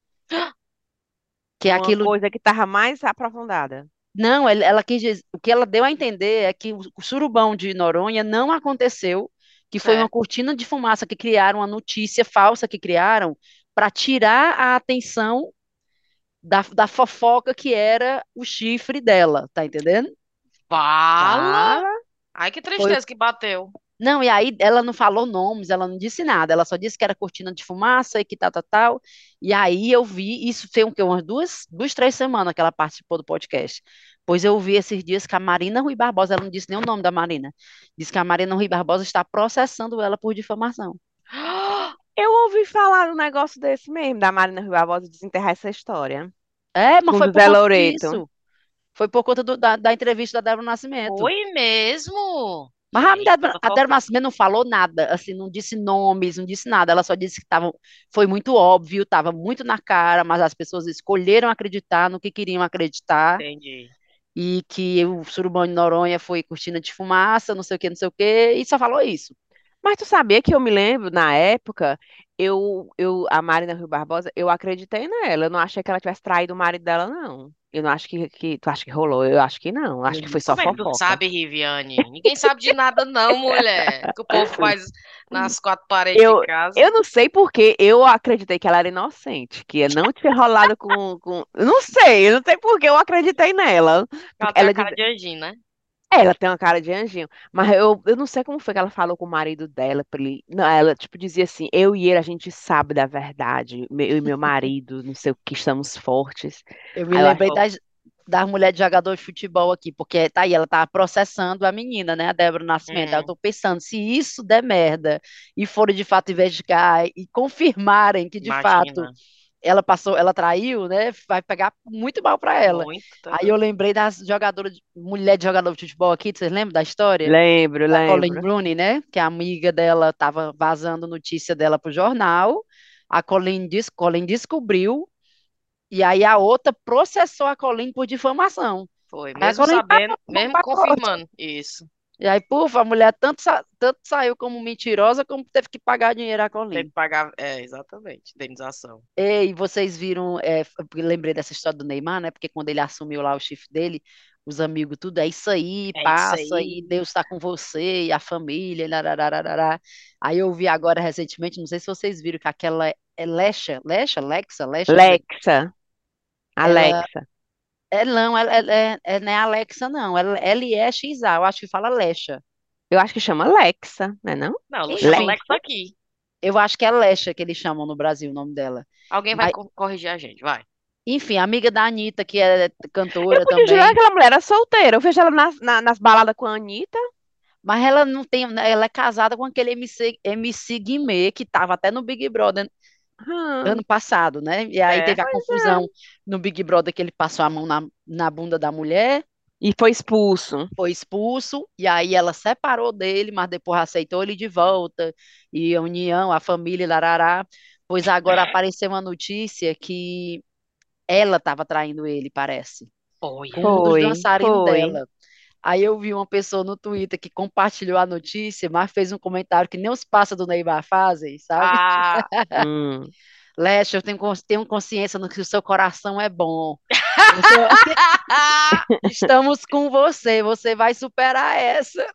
Que é Uma aquilo. coisa que tava mais aprofundada. Não, ela, ela quis dizer, o que ela deu a entender é que o, o surubão de Noronha não aconteceu, que foi uma Certo. cortina de fumaça que criaram, uma notícia falsa que criaram para tirar a atenção da, da fofoca que era o chifre dela, tá entendendo? Fala! Fala. Ai, que Foi. tristeza que bateu. Não, e aí ela não falou nomes, ela não disse nada, ela só disse que era cortina de fumaça e que tal, tal, tal. E aí eu vi, isso tem o quê? Umas duas, duas, três semanas que ela participou do podcast. Pois eu vi esses dias que a Marina Rui Barbosa, ela não disse nem o nome da Marina, disse que a Marina Rui Barbosa está processando ela por difamação. Eu ouvi falar um negócio desse mesmo, da Marina Rui Barbosa desenterrar essa história. É, mas Com foi por José conta Loreto. disso. Foi por conta do- da, da entrevista da Débora Nascimento. Foi mesmo? Mas a Gente, Débora, essa a Débora fofoca. Nascimento não falou nada, assim, não disse nomes, não disse nada. Ela só disse que tava, foi muito óbvio, estava muito na cara, mas as pessoas escolheram acreditar no que queriam acreditar Entendi. e que o surubão de Noronha foi cortina de fumaça, não sei o que, não sei o que, e só falou isso. Mas tu sabia que eu me lembro, na época, eu, eu, a Marina Rui Barbosa, eu acreditei nela. Eu não achei que ela tivesse traído o marido dela, não. Eu não acho que, que tu acha que rolou. Eu acho que não. Eu acho Eu que não foi só Como é que sei. tu fofoca. sabe, Riviane? Ninguém sabe de nada, não, mulher. Que o povo faz nas quatro paredes de Eu, casa. eu não sei porque eu acreditei que ela era inocente, que não tinha rolado com, com... Eu não sei, eu não sei porque eu acreditei nela. Ela Porque tem a ela diz, cara de anjinho, né? é, ela tem uma cara de anjinho, mas eu, eu não sei como foi que ela falou com o marido dela, pra ele... Não, ela, tipo, dizia assim, eu e ele, a gente sabe da verdade, me- eu e meu marido, não sei o que, estamos fortes. Eu me Aí eu acho, lembrei das, das mulheres de jogador de futebol aqui, porque tá aí, ela tá processando a menina, né, a Débora Nascimento. Aí eu Hum, tô pensando, se isso der merda e forem de fato investigar e confirmarem que de fato imagina. ela passou, ela traiu, né? Vai pegar muito mal para ela. Muito, tá Aí eu doido. lembrei das jogadoras, de- mulher de jogador de futebol aqui, vocês lembram da história? lembro, Da Colleen lembro. Rooney, né? Que a amiga dela estava vazando notícia dela pro jornal. A Colleen, des, Colleen descobriu, e aí a outra processou a Colleen por difamação. Foi, Aí a mesmo Colleen sabendo, pagou, mesmo pagou. confirmando isso. E aí, puf, a mulher tanto, sa- tanto saiu como mentirosa, como teve que pagar dinheiro à Tem Colleen. que pagar, é, exatamente, indenização. E vocês viram, é, eu lembrei dessa história do Neymar, né? Porque quando ele assumiu lá o chifre dele, os amigos, tudo, é isso aí, É isso passa, e aí. Deus está com você, e a família, e lararararará. Aí eu vi agora recentemente, não sei se vocês viram, que aquela é Lecha, Lecha, Lexa, Lecha, não sei. Lexa, Ela, Alexa. é, não, ela, ela é, é, não é Alexa, não, ela, L E X A, eu acho que fala Lecha. Eu acho que chama Lexa, né não? Não, chama Enfim, Alex Lexa? aqui. eu acho que é Lecha que eles chamam no Brasil o nome dela. Alguém vai Mas, co- corrigir a gente, vai. enfim, amiga da Anitta, que é Eu cantora podia jurar que também. aquela mulher era solteira. Eu vejo ela nas, na- nas baladas com a Anitta. Mas ela não tem, né, ela é casada com aquele M C, M C Guimê, que estava até no Big Brother Hum, ano passado, né? E aí É. teve a pois é. confusão no Big Brother que ele passou a mão na, na bunda da mulher, E foi expulso. foi expulso, e aí ela separou dele, mas depois aceitou ele de volta, e a união, a família, larará. Pois agora apareceu uma notícia que ela estava traindo ele, parece. Olha. com um dos Foi, dançarinos foi. dela. Aí eu vi uma pessoa no Twitter que compartilhou a notícia, mas fez um comentário que nem os pássaros do Neymar fazem, sabe? Ah, Hum. Leste, eu tenho, cons- tenho consciência no que o seu coração é bom. Eu sou- Estamos com você, você vai superar essa.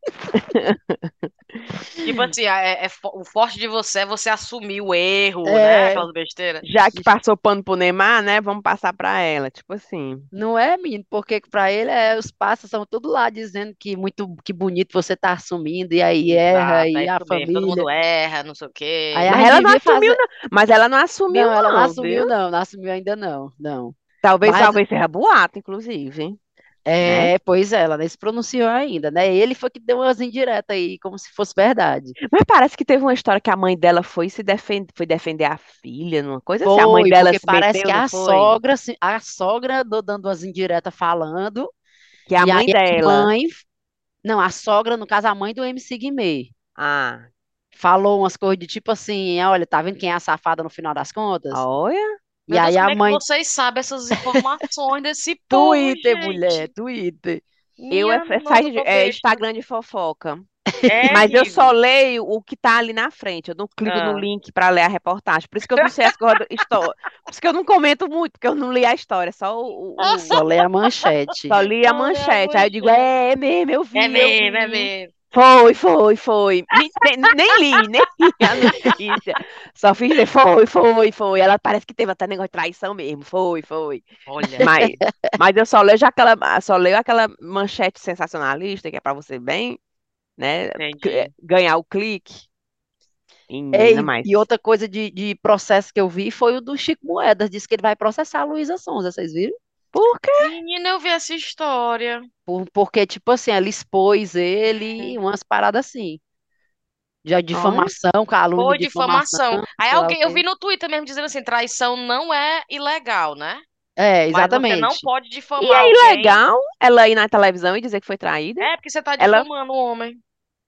tipo assim, é, é fo- o forte de você é você assumir o erro, né? É, Aquelas besteiras. Já que passou pano pro Neymar, né? Vamos passar pra ela. Tipo assim. não é, menino? Porque para ele é, os pássaros são tudo lá dizendo que muito que bonito você está assumindo, e aí erra, Exato, é e a isso mesmo. Todo família. mundo erra, não sei o Aí quê. a Mas gente ela não devia assumiu, fazer. não. Mas ela não assumiu, Não, ela não não, viu? assumiu, não, não assumiu ainda não, não. Talvez, Mas talvez seja boato, inclusive, né? é, pois é, ela nem se pronunciou ainda, né? Ele foi que deu umas indiretas aí, como se fosse verdade. Mas parece que teve uma história que a mãe dela foi se defender, foi defender a filha, numa coisa assim. A mãe Foi, dela porque se parece que meteu, não a foi? sogra, se- a sogra do- dando umas indiretas falando, Que a e aí mãe a dela. mãe, não, a sogra, no caso, a mãe do M C Guimê, Ah, falou umas coisas de tipo assim, olha, tá vendo quem é a safada no final das contas? olha. E Meu Deus, aí como a é que mãe, vocês sabem essas informações desse povo, Twitter, mulher, gente? Twitter. Eu é, Minha é nossa, eu site- tô é besta. Instagram de fofoca. É, Mas eu só amigo. leio o que tá ali na frente. Eu não clico no Ah. link para ler a reportagem. Por isso que eu não sei as coisas da história. Por isso que eu não comento muito, porque eu não li a história, só o, o- Só lê a manchete. só li a Olha a manchete. Aí eu digo, manchete. é, é mesmo, eu É vi, eu mesmo, é vi. mesmo. Foi, foi, foi. Me- nem, nem li, nem li a notícia. Só fiz dizer, foi, foi, foi. Ela parece que teve até negócio de traição mesmo. Foi, foi. Olha, Mas, mas eu só leio aquela, só leio aquela manchete sensacionalista, que é para você bem, né, c- entendi. ganhar o clique. Menina, Ei, mas e outra coisa de, de processo que eu vi foi o do Chico Moedas, disse que ele vai processar a Luísa Sonza, vocês viram? por quê? Menina, eu vi essa história. Por- porque, tipo assim, ela expôs ele, umas paradas assim, de Olha, difamação, calúnia, Foi difamação, difamação. Aí sei lá o alguém, eu vi quê. no Twitter mesmo dizendo assim, traição não é ilegal, né? É, Mas você não exatamente. pode e difamar é alguém. ilegal ela ir na televisão e dizer que foi traída? É porque você tá Ela, difamando o homem.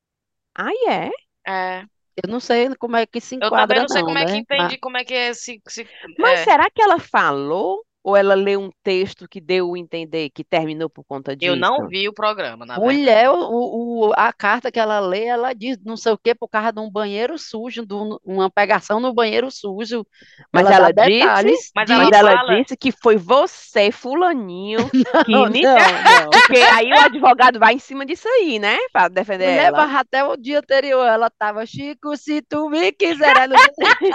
ai é? É. Eu não sei como é que se Eu também enquadra, não sei não, como é que né? Mas, entende, como é que é se, se Mas é. será que ela falou ou ela leu um texto que deu a entender que terminou por conta Eu não disso? vi o programa, na verdade. mulher, o, o- a carta que ela lê, ela diz não sei o quê por causa de um banheiro sujo, de um- uma pegação no banheiro sujo. Mas Ela dá ela disse, detalhes, Mas mas ela diz. ela fala, disse que foi você, fulaninho, que Não, ini- não, não. porque aí o advogado vai em cima disso aí, né, para defender Mulher, ela. mas até o dia anterior ela tava, Chico, se tu me quiser. Aí no dia,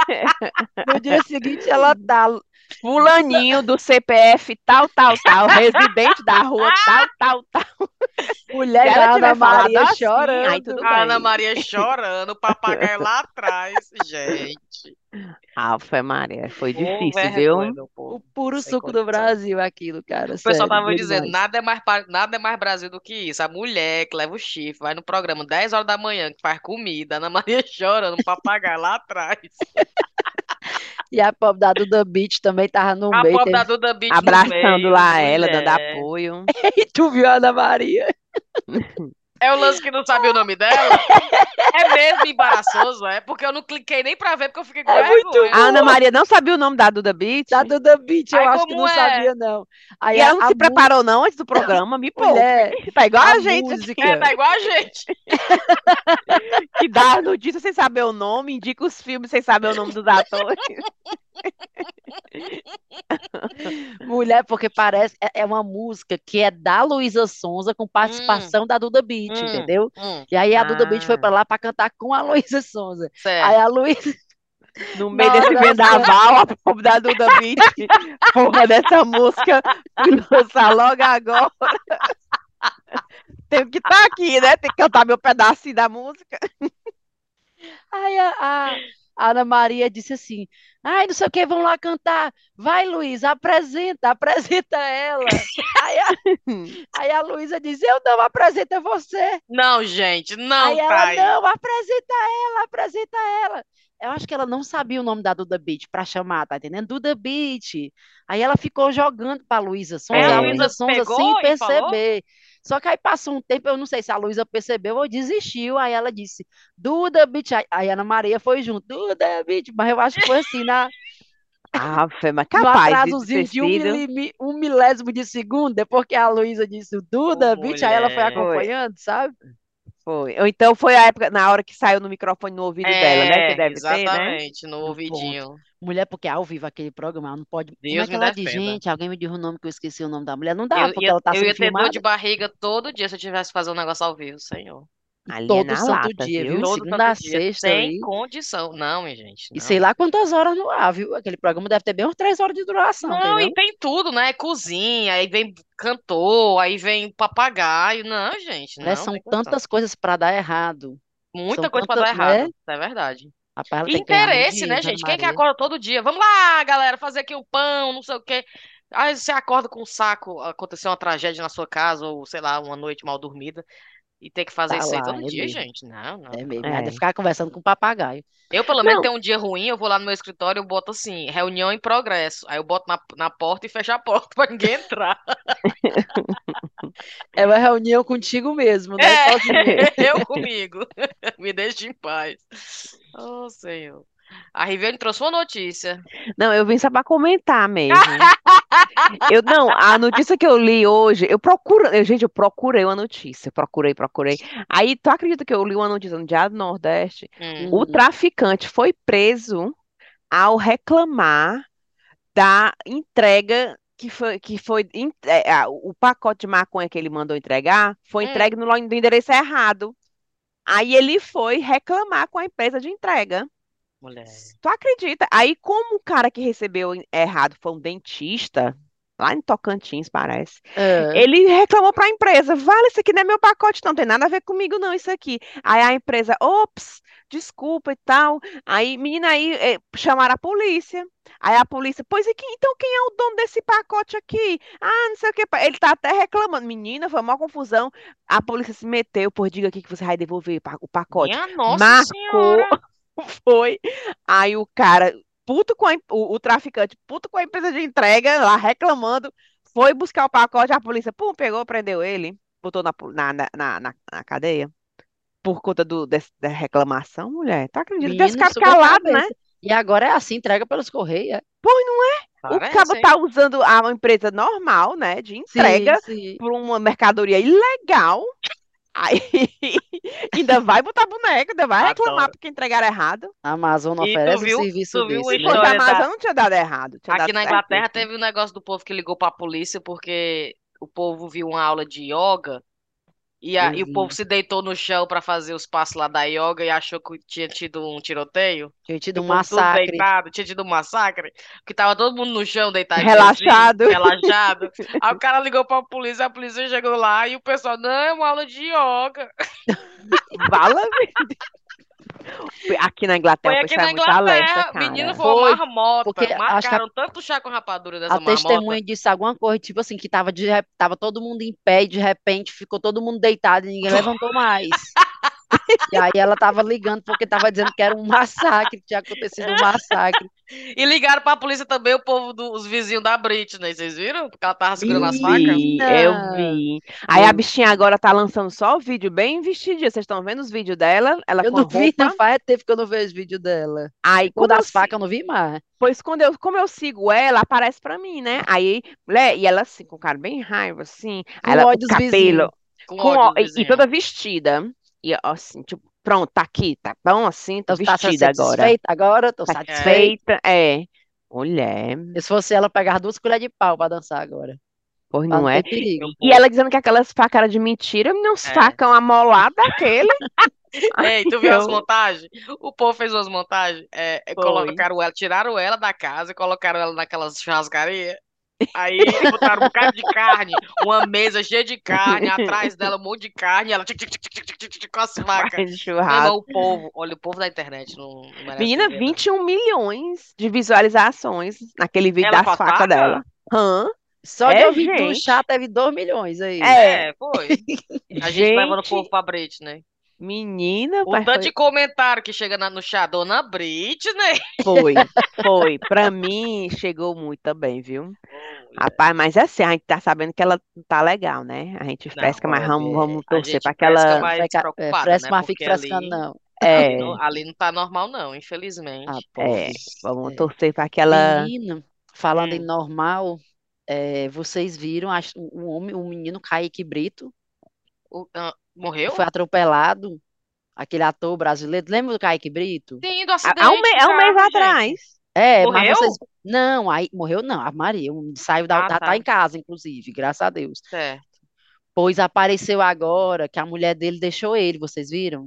no dia seguinte ela tá. Fulaninho do C P F tal, tal, tal, residente da rua tal, tal, tal. Se Mulher, ela a Ana tiver falado Maria assim, aí chorando. tudo a Ana bem. Maria chorando, o papagaio lá atrás. Gente, Ave Maria, foi ô difícil, vergonha, viu? meu O povo. puro Sem suco do condição. Brasil, aquilo, cara. O pessoal Sério, tava bom dizendo, demais. nada é mais, pa- nada é mais Brasil do que isso. A mulher que leva o chifre, vai no programa dez horas da manhã, que faz comida, a Ana Maria chorando, um papagaio lá atrás. E a pobre da Duda Beat também tava no A meio. pobre da Teve... Duda Beat no Abraçando meio, lá ela, dando mulher. apoio. E tu viu a Ana Maria? É o lance que não sabe o nome dela? É mesmo embaraçoso, é? Porque eu não cliquei nem pra ver, porque eu fiquei com É muito vergonha. A Ana boa. Maria não sabia o nome da Duda Beat? Da Duda Beat, eu Aí acho que como não é? sabia, não. Aí E a, ela não a se mu- preparou não antes do programa, me poupe. mulher, Tá igual a a gente aqui, É, música. tá igual a gente. que dá a notícia sem saber o nome, indica os filmes sem saber o nome dos atores. Mulher, porque parece, é é uma música que é da Luísa Sonza com Hum, participação da Duda Beat, hum, entendeu? hum. E aí a Duda Beat foi pra Ah, lá pra cantar com a Luísa Sonza. Aí Certo. a Luísa, no meio na hora desse delas can... vendaval, a pobre da Duda Beat, porra dessa música, fui lançar logo agora. Tenho que estar aqui, né? Tem que cantar meu pedacinho da música. Aí a, a, a Ana Maria disse assim: ai, não sei o que, vão lá cantar. Vai, Luísa, apresenta, apresenta ela. Aí a, aí a Luísa diz: eu não apresento você. Não, gente, não, Aí ela, Thaís. não, apresenta ela, apresenta ela. Eu acho que ela não sabia o nome da Duda Beat para chamar, tá entendendo? Duda Beat. Aí ela ficou jogando para Luísa Aí Sonza, a e a É, Luísa Luísa Sonza sem pegou e falou? perceber. Só que aí passou um tempo, eu não sei se a Luísa percebeu ou desistiu. Aí ela disse, Duda Beat. Aí aí a Ana Maria foi junto, Duda Beat. Mas eu acho que foi assim, na, Ah, foi, mas No capaz de de atrasozinho ter de um, sido. milimi- um milésimo de segundo, depois que a Luísa disse o Ô, Duda, bitch, aí ela foi mulher. Foi, acompanhando, sabe? foi. Ou então foi a época, na hora que saiu no microfone no ouvido dela, né? Que É, deve ter, né? exatamente, no No ponto. ouvidinho. Mulher, porque é ao vivo aquele programa, ela não pode. Como é Deus que me ela diz, defenda. gente? Alguém me diz o nome que eu esqueci o nome da mulher. Não dá, Eu porque ia, ela tá eu sendo ia ter dor de filmada barriga todo dia se eu tivesse que fazer um negócio ao vivo, senhor. e Ali é todo na santo lata, dia, viu? viu? De Todo segunda santo a dia, sexta, sem viu? condição. Não, minha gente, E sei não. lá quantas horas no ar, viu? Aquele programa deve ter bem umas três horas de duração, Não, e entendeu? tem tudo, né? Cozinha, aí vem cantor, aí vem papagaio. Não, gente, Mulher, não são tem condição. tantas coisas para dar errado. São Muita coisa pra tantas, dar né? errado, isso é verdade. Rapaz, ela E tem que ganhar muito interesse, dinheiro, né, Ana gente? Quem que Maria. acorda todo dia? Vamos lá, galera, fazer aqui o pão, não sei o quê. Aí você acorda com um saco, aconteceu uma tragédia na sua casa, ou sei lá, uma noite mal dormida, e tem que fazer Tá isso aí lá, todo é dia, mesmo. gente. Não, não, É não. mesmo. Aí deve É. ficar conversando com o papagaio. Eu, pelo menos, Não, tenho um dia ruim, eu vou lá no meu escritório, eu boto assim, reunião em progresso. Aí eu boto na, na porta e fecho a porta pra ninguém entrar. É uma reunião contigo mesmo, né? É, Sozinha. eu comigo. Me deixe em paz. Oh, Senhor. A Riviane trouxe uma notícia. não, eu vim só para comentar mesmo. Eu não, a notícia que eu li hoje, eu procuro, eu, gente, eu procurei uma notícia, procurei, procurei. Aí, tu acredita que eu li uma notícia no Diário do Nordeste? Hum. O Uhum. traficante foi preso ao reclamar da entrega que foi, que foi en- é, a- o pacote de maconha que ele mandou entregar foi Hum. entregue no, lo- no endereço errado. Aí ele foi reclamar com a empresa de entrega. Mulher. Tu acredita? Aí, como o cara que recebeu em- errado foi um dentista, lá em Tocantins, parece, É. ele reclamou para a empresa: vale, isso aqui não é meu pacote, não tem nada a ver comigo, não, isso aqui. Aí a empresa: ops, desculpa e tal. Aí, menina, aí eh, chamaram a polícia. Aí a polícia: pois e que, então quem é o dono desse pacote aqui? Ah, não sei o que. Ele tá até reclamando. Menina, foi uma confusão. A polícia se meteu: pois diga aqui que você vai devolver pa- o pacote. Minha Nossa Marcou. Senhora. Foi. Aí o cara, puto com a, em- o, o traficante, puto com a empresa de entrega, lá reclamando, foi buscar o pacote, a polícia, pum, pegou, prendeu ele, botou na, pu- na, na, na, na- na cadeia. Por conta do, desse- da reclamação, mulher. Tu acredita? Desse Menino, cara subiu a calado, né? cabeça. E agora é assim, entrega pelos Correios. É? Pois não é? O cabo Parece, hein? tá usando a empresa normal, né, de Sim, entrega sim. por uma mercadoria ilegal. Aí ainda vai botar boneco, ainda vai reclamar Adoro. porque entregaram errado. A Amazon não E tu oferece um viu, serviço tu viu uma desse, Se né? fosse a história da. Amazon, não tinha dado errado, tinha Aqui dado na Inglaterra certíssimo. teve um negócio do povo que ligou pra polícia porque o povo viu uma aula de yoga e, a, Eu e o povo vi. se deitou no chão pra fazer os passos lá da yoga e achou que tinha tido um tiroteio. Tinha Que tido o um povo tudo massacre. deitado, tinha tido um massacre, que tava todo mundo no chão deitadinho assim, Relaxado. relaxado. Aí o cara ligou pra polícia, a polícia chegou lá e o pessoal, não, é uma aula de yoga. Vala. Aqui na Inglaterra Foi o aqui pessoal é na muito alerta, Inglaterra, menino, cara. foi uma Foi, marmota. porque acho que a, Marcaram tanto chá com rapadura a dessa marmota. testemunha disse alguma coisa, tipo assim, que tava, de, re- tava todo mundo em pé e de repente ficou todo mundo deitado e ninguém levantou mais. E aí ela tava ligando porque tava dizendo que era um massacre, que tinha acontecido um massacre. E ligaram pra polícia também, o povo dos vizinhos da Britney, vocês viram? Porque ela tava segurando as facas. Vi, eu Menina! vi. Aí a Eu, bichinha agora tá lançando só o vídeo bem vestidinha. Vocês estão vendo os vídeos dela? Ela eu com a não vi, não roupa. faz tempo que eu não vejo vídeo dela. Aí, Quando como eu, as si- facas eu não vi mais. pois quando eu, como eu sigo ela, aparece pra mim, né? Aí, mulher, e ela assim, com cara bem raiva, assim. Aí Com ela, o ódio dos cabelo, vizinhos. Com com, ódio ó- dos e, e vizinhos. toda vestida. E ó, assim, tipo, pronto, tá aqui, tá bom assim, tô Então tá vestida agora. satisfeita agora? Tô É. satisfeita. Satisfeita, é. Mulher, E se fosse ela, pegar duas colheres de pau pra dançar agora. pois Pra não não é? ter Meu perigo. E povo. ela dizendo que aquelas facas eram de mentira, não uns É. facão amolado daquele. Ei, tu viu as Eu, montagens? O povo fez umas montagens. É, é, foi. colocaram ela, tiraram ela da casa e colocaram ela naquelas churrascarias. Aí botaram um bocado de carne, uma mesa cheia de carne, atrás dela um monte de carne, e ela tic, tic, tic, tic, tic, tic, tic, com as facas. Faz Meu irmão, churrasco. o povo, olha, o povo da internet não, não merece Menina, ninguém, não. vinte e um milhões de visualizações naquele vídeo Ela com das a facas dela. faca? Hã? Só de É ouvir do chá gente. teve dois milhões aí. É É, foi. A gente levando o povo gente. pra Britney. Menina, O mas tanto de foi. comentário que chega na- no chat, Dona Britney. Foi. Foi. Pra mim, chegou muito também, viu? Ô, mulher. Rapaz, mas é assim, a gente tá sabendo que ela tá legal, né? A gente Não, fresca, mas óbvio, vamos, é, vamos a torcer gente pra que fresca ela. Não mais fica, é, despreocupada, fresco, né? mas fique Porque frescando, ali não. Ali não, É, ali não tá normal, não, Ah, infelizmente. é. pobre. Vamos É. torcer para que ela. Menino, falando em Hum. normal, é, vocês viram acho, um homem, um menino Kaique Brito, O- ah, que foi morreu? atropelado, aquele ator brasileiro. Lembra do Kaique Brito? Sim, do Há há um, acidente me- de há um mês carro, gente. atrás. É, mas vocês. Morreu? Não, aí morreu não, a Maria, um, saiu da, Ah, tá, tá em tá. casa, inclusive, graças a Deus. Certo. Pois apareceu agora que a mulher dele deixou ele, vocês viram?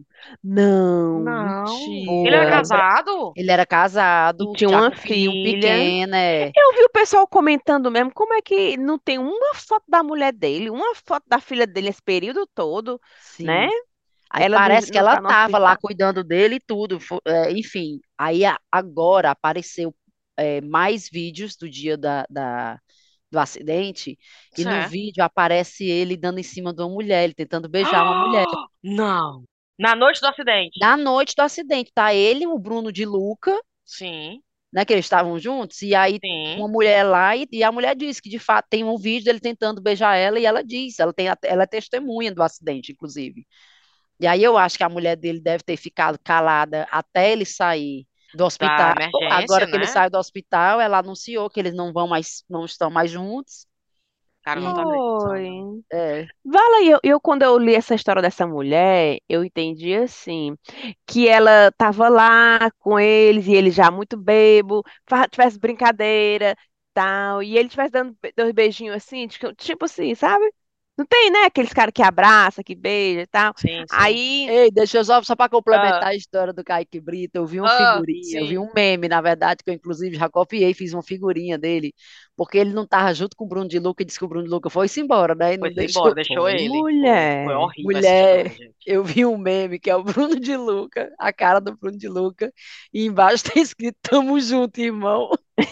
Não, Não. Ele era Foi. mentira. casado? Ele era E casado, tinha já uma com um filhinho filha. pequeno, é. Eu vi o pessoal comentando mesmo, como é que não tem uma foto da mulher dele, uma foto da filha dele esse período todo, né? Sim. Aí Ela não, parece que não ela tá no estava lá hospital. cuidando dele e tudo. fo- é, enfim, aí a- agora apareceu é, mais vídeos do dia da, da- do acidente, e no Certo. vídeo aparece ele dando em cima de uma mulher, ele tentando beijar uma mulher. Não. Na noite do acidente. Na noite do acidente, tá ele, o Bruno de Luca, Sim, né, que eles estavam juntos, e aí sim. uma mulher lá, e, e a mulher disse que de fato tem um vídeo dele tentando beijar ela, e ela disse, ela tem, a- ela é testemunha do acidente, inclusive. E aí eu acho que a mulher dele deve ter ficado calada até ele sair do Da hospital. emergência, Agora que ele né? saiu do hospital, ela anunciou que eles não vão mais, não estão mais juntos. Cara, não tá E acreditando. Foi. é, Vala, eu, eu quando eu li essa história dessa mulher, eu entendi assim, que ela tava lá com eles e ele já muito bebo, fa- tivesse brincadeira, tal, e ele tivesse dando be- dois beijinhos assim, tipo tipo assim, sabe? Não tem, né? Aqueles caras que abraça, que beija e tal. Sim, sim. Aí, ei, deixa eu só, só para Ah, complementar a história do Kaique Brito, eu vi uma ah, figurinha, eu vi sim. um meme, na verdade, que eu inclusive já copiei, fiz uma figurinha dele, porque ele não estava junto com o Bruno de Luca e disse que o Bruno de Luca foi-se embora, né? E não Foi-se embora, deixou. deixou foi ele. Foi. Foi mulher. horrível essa história, Mulher, gente. eu vi um meme que é o Bruno de Luca, a cara do Bruno de Luca, e embaixo tá escrito Tamo junto, irmão.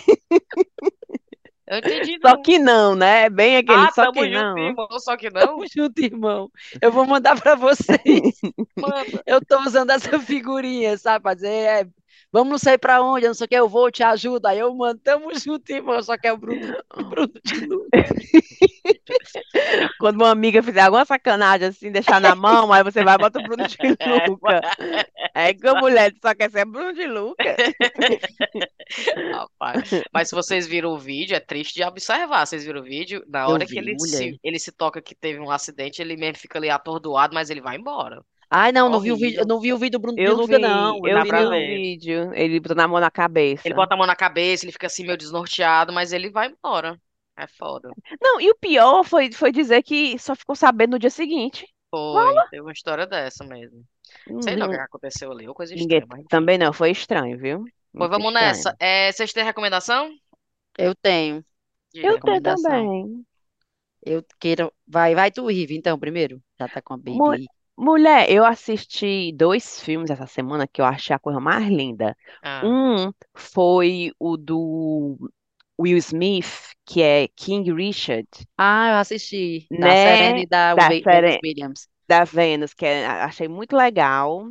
Eu entendi, Só não. que não, né? Bem aquele Ah, só tamo que junto, não. irmão, só que Tamo não. junto, irmão. Eu vou mandar para vocês. Manda. Eu tô usando essa figurinha, sabe? Pra dizer, é, vamos não sei para onde, eu não sei o que, eu vou, te ajudo. Aí eu mando, tamo junto, irmão. Só que é o Bruno, Bruno de Luca. Quando uma amiga fizer alguma sacanagem assim, deixar na mão, aí você vai e bota o Bruno de É, Luca. É que a mulher só quer ser Bruno de Luca. rapaz. Mas se vocês viram o vídeo, é triste de observar. Vocês viram o vídeo? Na Eu hora que vi, ele mulher. se, ele se toca que teve um acidente, ele mesmo fica ali atordoado, mas ele vai embora. Ai, não, não vi o vídeo, eu Horrível. não vi o vídeo do Bruno de Eu Luca, vi, não. Eu não eu Dá vi, pra vi o não. ver. vídeo, ele botando a mão na Ele cabeça. bota a mão na cabeça, ele fica assim meio desnorteado, mas ele vai embora. É foda. Não, e o pior foi, foi dizer que só ficou sabendo no dia seguinte. Foi, teve uma história dessa mesmo. Hum, Sei não o que hum, aconteceu ali, ou coisa Ninguém estranha, mas enfim. também não, foi estranho, viu? Pois Muito vamos nessa. estranho. É, vocês têm recomendação? Eu tenho Eu Diga. tenho recomendação. também. Eu quero. Vai, vai tu, Rive, então, primeiro. Já tá com a Baby Mu- aí. Mulher, eu assisti dois filmes essa semana que eu achei a coisa mais linda. Ah, Um foi o do Will Smith, que é King Richard, Ah, eu assisti. Da Serena né? e da Da Ve- Venus série Williams. da Venus, que é- achei muito legal.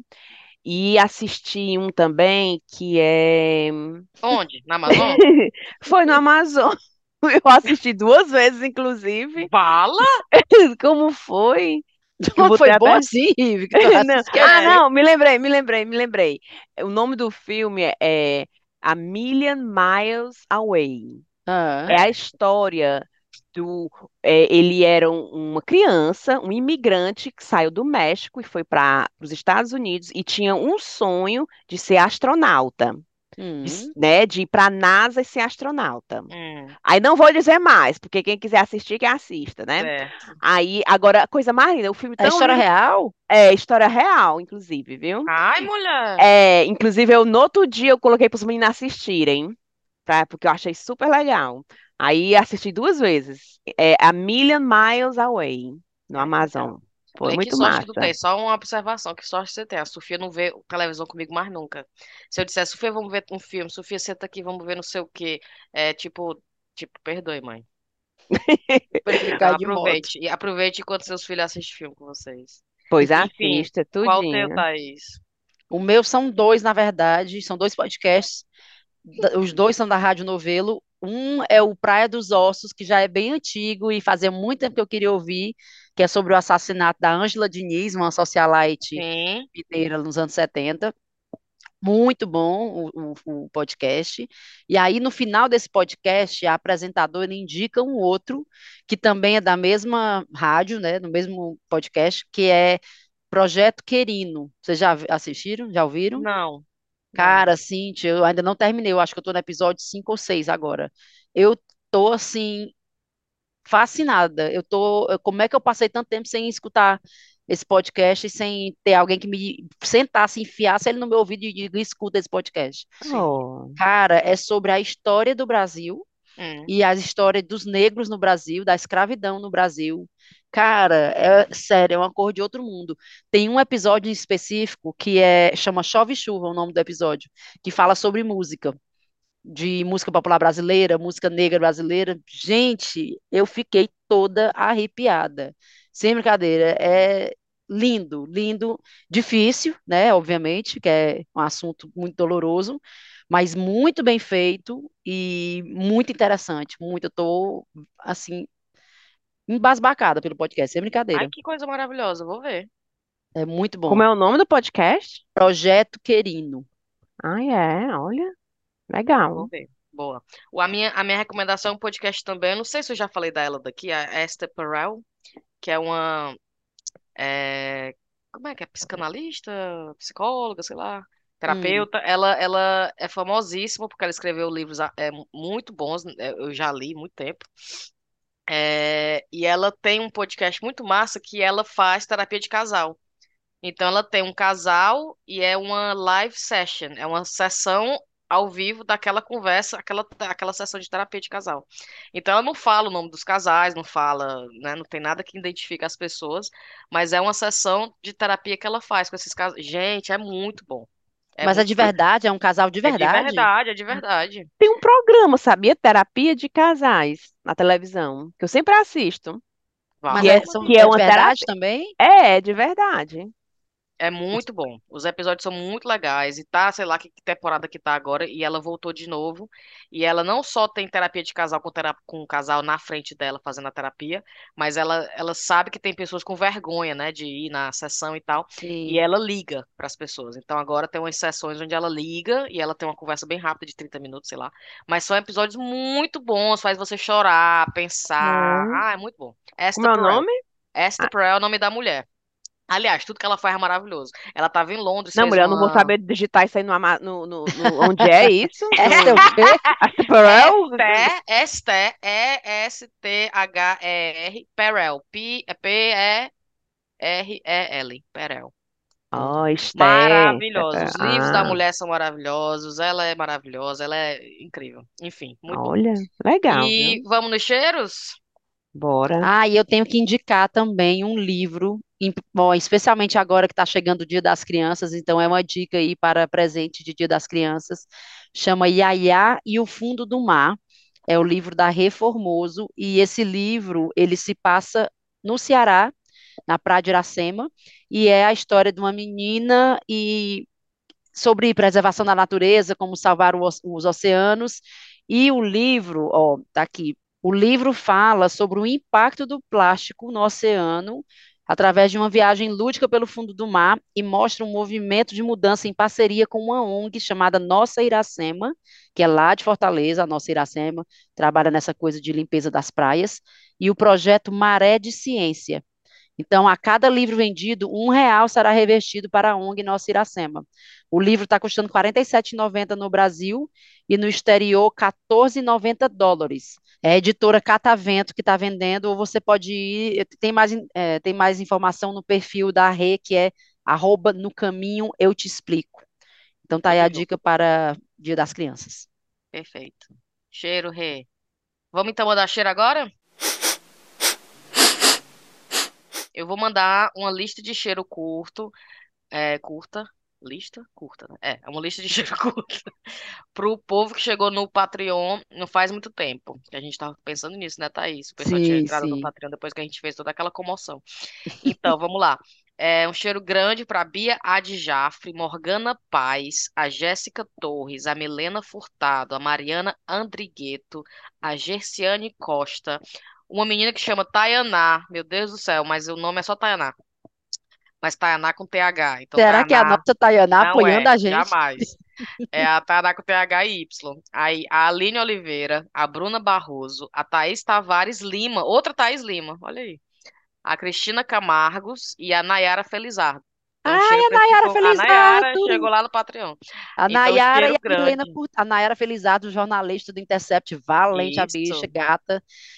E assisti um também que é. onde? Na Amazon? Foi no Amazon. Eu assisti duas vezes, inclusive. Bala? Como foi? Eu Foi botei bom até. assim, Rive, que tu Não. assistiu. Ah, É. não, me lembrei, me lembrei, me lembrei. O nome do filme é A Million Miles Away. Ah, É a É. história do. É, ele era um- uma criança, um imigrante que saiu do México e foi para os Estados Unidos e tinha um sonho de ser astronauta, de, s- hum. né, de ir para a NASA e ser astronauta. Hum, Aí não vou dizer mais, porque quem quiser assistir, que assista, né? certo. Aí, agora, a coisa mais linda, o filme É tão história lindo, real? é história real, inclusive, viu? Ai, mulher. É, inclusive, eu no outro dia eu coloquei para os meninos assistirem, pra, porque eu achei super legal. Aí assisti duas vezes. É A Million Miles Away, no Ai, que Amazon. legal. Foi Mulher, que muito sorte que tu massa. tem. Só uma observação, que sorte você tem. A Sofia não vê televisão comigo mais nunca. Se eu disser, Sofia, vamos ver um filme. Sofia, senta aqui, vamos ver não sei o quê. É tipo, tipo, perdoe, mãe. Prefiro Então cair de moto. aproveite. E aproveite enquanto seus filhos assistem filme com vocês. Pois Enfim, assista, qual o teu, tudinho. Thaís? O meu são dois, na verdade, são dois podcasts. Da- Os dois são da Rádio Novelo. Um é o Praia dos Ossos, que já é bem antigo e fazia muito tempo que eu queria ouvir, que é sobre o assassinato da Ângela Diniz, uma socialite Sim. mineira nos anos setenta. Muito bom o, o, o podcast. E aí, no final desse podcast, a apresentadora indica um outro, que também é da mesma rádio, né, no mesmo podcast, que é Projeto Querino. Vocês já vi- assistiram? Já ouviram? Não, não. Cara, Cintia, eu ainda não terminei, eu acho que eu tô no episódio cinco ou seis agora. Eu tô, assim, fascinada. Eu tô, eu- como é que eu passei tanto tempo sem escutar esse podcast e sem ter alguém que me sentasse, enfiasse ele no meu ouvido e diga, escuta esse podcast. Sim. Oh, Cara, é sobre a história do Brasil Hum. e as histórias dos negros no Brasil, da escravidão no Brasil. Cara, é sério, é uma cor de outro mundo. Tem um episódio em específico que é chama Chove e Chuva, o nome do episódio, que fala sobre música, de música popular brasileira, música negra brasileira. Gente, eu fiquei toda arrepiada. Sem brincadeira, é lindo, lindo, difícil, né? Obviamente, que é um assunto muito doloroso, mas muito bem feito e muito interessante. Muito, eu tô assim embasbacada pelo podcast, sem Ai, brincadeira. que coisa maravilhosa, vou ver. É muito como bom. é o nome do podcast? Projeto Querino. Ah, é, olha, legal. Vou ver. Boa. O- A minha, a minha recomendação é um podcast também. Eu não sei se eu já falei dela daqui, a Esther Perel, que é uma. é, Como é que é? Psicanalista? Psicóloga, sei lá. Hum. Terapeuta. Ela, ela é famosíssima porque ela escreveu livros ah, é, muito bons. é, Eu já li muito tempo. É, e ela tem um podcast muito massa que ela faz terapia de casal. Então ela tem um casal e é uma live session, é uma sessão ao vivo daquela conversa, aquela, aquela sessão de terapia de casal. Então ela não fala o nome dos casais, não fala, né, não tem nada que identifique as pessoas, mas é uma sessão de terapia que ela faz com esses casais. Gente, é muito bom. É Mas é muito de bom. verdade? É um casal de É de verdade? verdade, é de verdade. Tem um programa, sabia? Terapia de casais na televisão, que eu sempre assisto, Mas que Vale é, é, uma são, que dica. é é de uma verdade terapia. também? É, de verdade. É muito bom. Os episódios são muito legais. E tá, sei lá que temporada que tá agora. E ela voltou de novo. E ela não só tem terapia de casal com, tera- com o casal na frente dela fazendo a terapia, mas ela, ela sabe que tem pessoas com vergonha, né, de ir na sessão e tal. E Sim. ela liga para as pessoas. Então agora tem umas sessões onde ela liga e ela tem uma conversa bem rápida de trinta minutos, sei lá. Mas são episódios muito bons, faz você chorar, pensar. Hum. Ah, é muito bom. Como Esther é o Perel. nome? Esther Ah, Perel é o nome da mulher. Aliás, tudo que ela faz é maravilhoso. Ela estava em Londres, não, fez mulher, eu não vou uma. saber digitar isso aí no, ama- no, no, no- onde é isso? Esta é o No quê? Aspirel? Esté, Esté, E S T H E R, Perel, P, P E R E L, Perel. Oh, Esté. Maravilhoso. Os livros da Ah, mulher são maravilhosos, ela é maravilhosa, ela é incrível. Enfim, muito bom. olha, legal, E viu? vamos nos cheiros? Bora. Ah, e eu tenho que indicar também um livro, em- bom, especialmente agora que está chegando o Dia das Crianças, então é uma dica aí para presente de Dia das Crianças. Chama Yaya e o Fundo do Mar. É o livro da Rê Formoso, e esse livro, ele se passa no Ceará, na Praia de Iracema, e é a história de uma menina e sobre preservação da natureza, como salvar o os oceanos, e o livro, ó, tá aqui. O livro fala sobre o impacto do plástico no oceano através de uma viagem lúdica pelo fundo do mar e mostra um movimento de mudança em parceria com uma O N G chamada Nossa Iracema, que é lá de Fortaleza, a Nossa Iracema, trabalha nessa coisa de limpeza das praias, e o projeto Maré de Ciência. Então, a cada livro vendido, um real será revertido para a O N G Nossa Iracema. O livro está custando quarenta e sete reais e noventa centavos no Brasil e no exterior quatorze reais e noventa dólares. É a editora Catavento que está vendendo, ou você pode ir, tem mais, é, tem mais informação no perfil da Rê, que é arroba no caminho eu te explico. Então tá aí a Tudo junto. dica para Dia das Crianças. Perfeito. Cheiro, Rê. Vamos então mandar cheiro agora? Eu vou mandar uma lista de cheiro curto, é, curta, lista? Curta, né? É, é uma lista de cheiro curta, pro povo que chegou no Patreon não faz muito tempo, que a gente tava pensando nisso, né, Thaís? O pessoal tinha Sim, entrado no sim. Patreon depois que a gente fez toda aquela comoção. Então, vamos lá. É um cheiro grande para Bia Adjafre, Morgana Paz, a Jéssica Torres, a Milena Furtado, a Mariana Andrigueto, a Gerciane Costa, uma menina que chama Tayaná. Meu Deus do céu, mas o nome é só Tayaná. Mas Tayaná com T H. Então, Será que é a Tayaná nossa Tayana não apoiando é, a gente? jamais. É a Tayaná com T H e Y. Aí, a Aline Oliveira, a Bruna Barroso, a Thaís Tavares Lima, outra Thaís Lima, olha aí. A Cristina Camargos e a Nayara Felizardo. Então, Ai, cheiro a pra esse Nayara povo. A Nayara Felizardo! chegou lá no Patreon. A Então, Nayara e cheiro a Milena, grande. Fur- a Nayara Felizardo, jornalista do Intercept, valente a bicha, Isso, gata.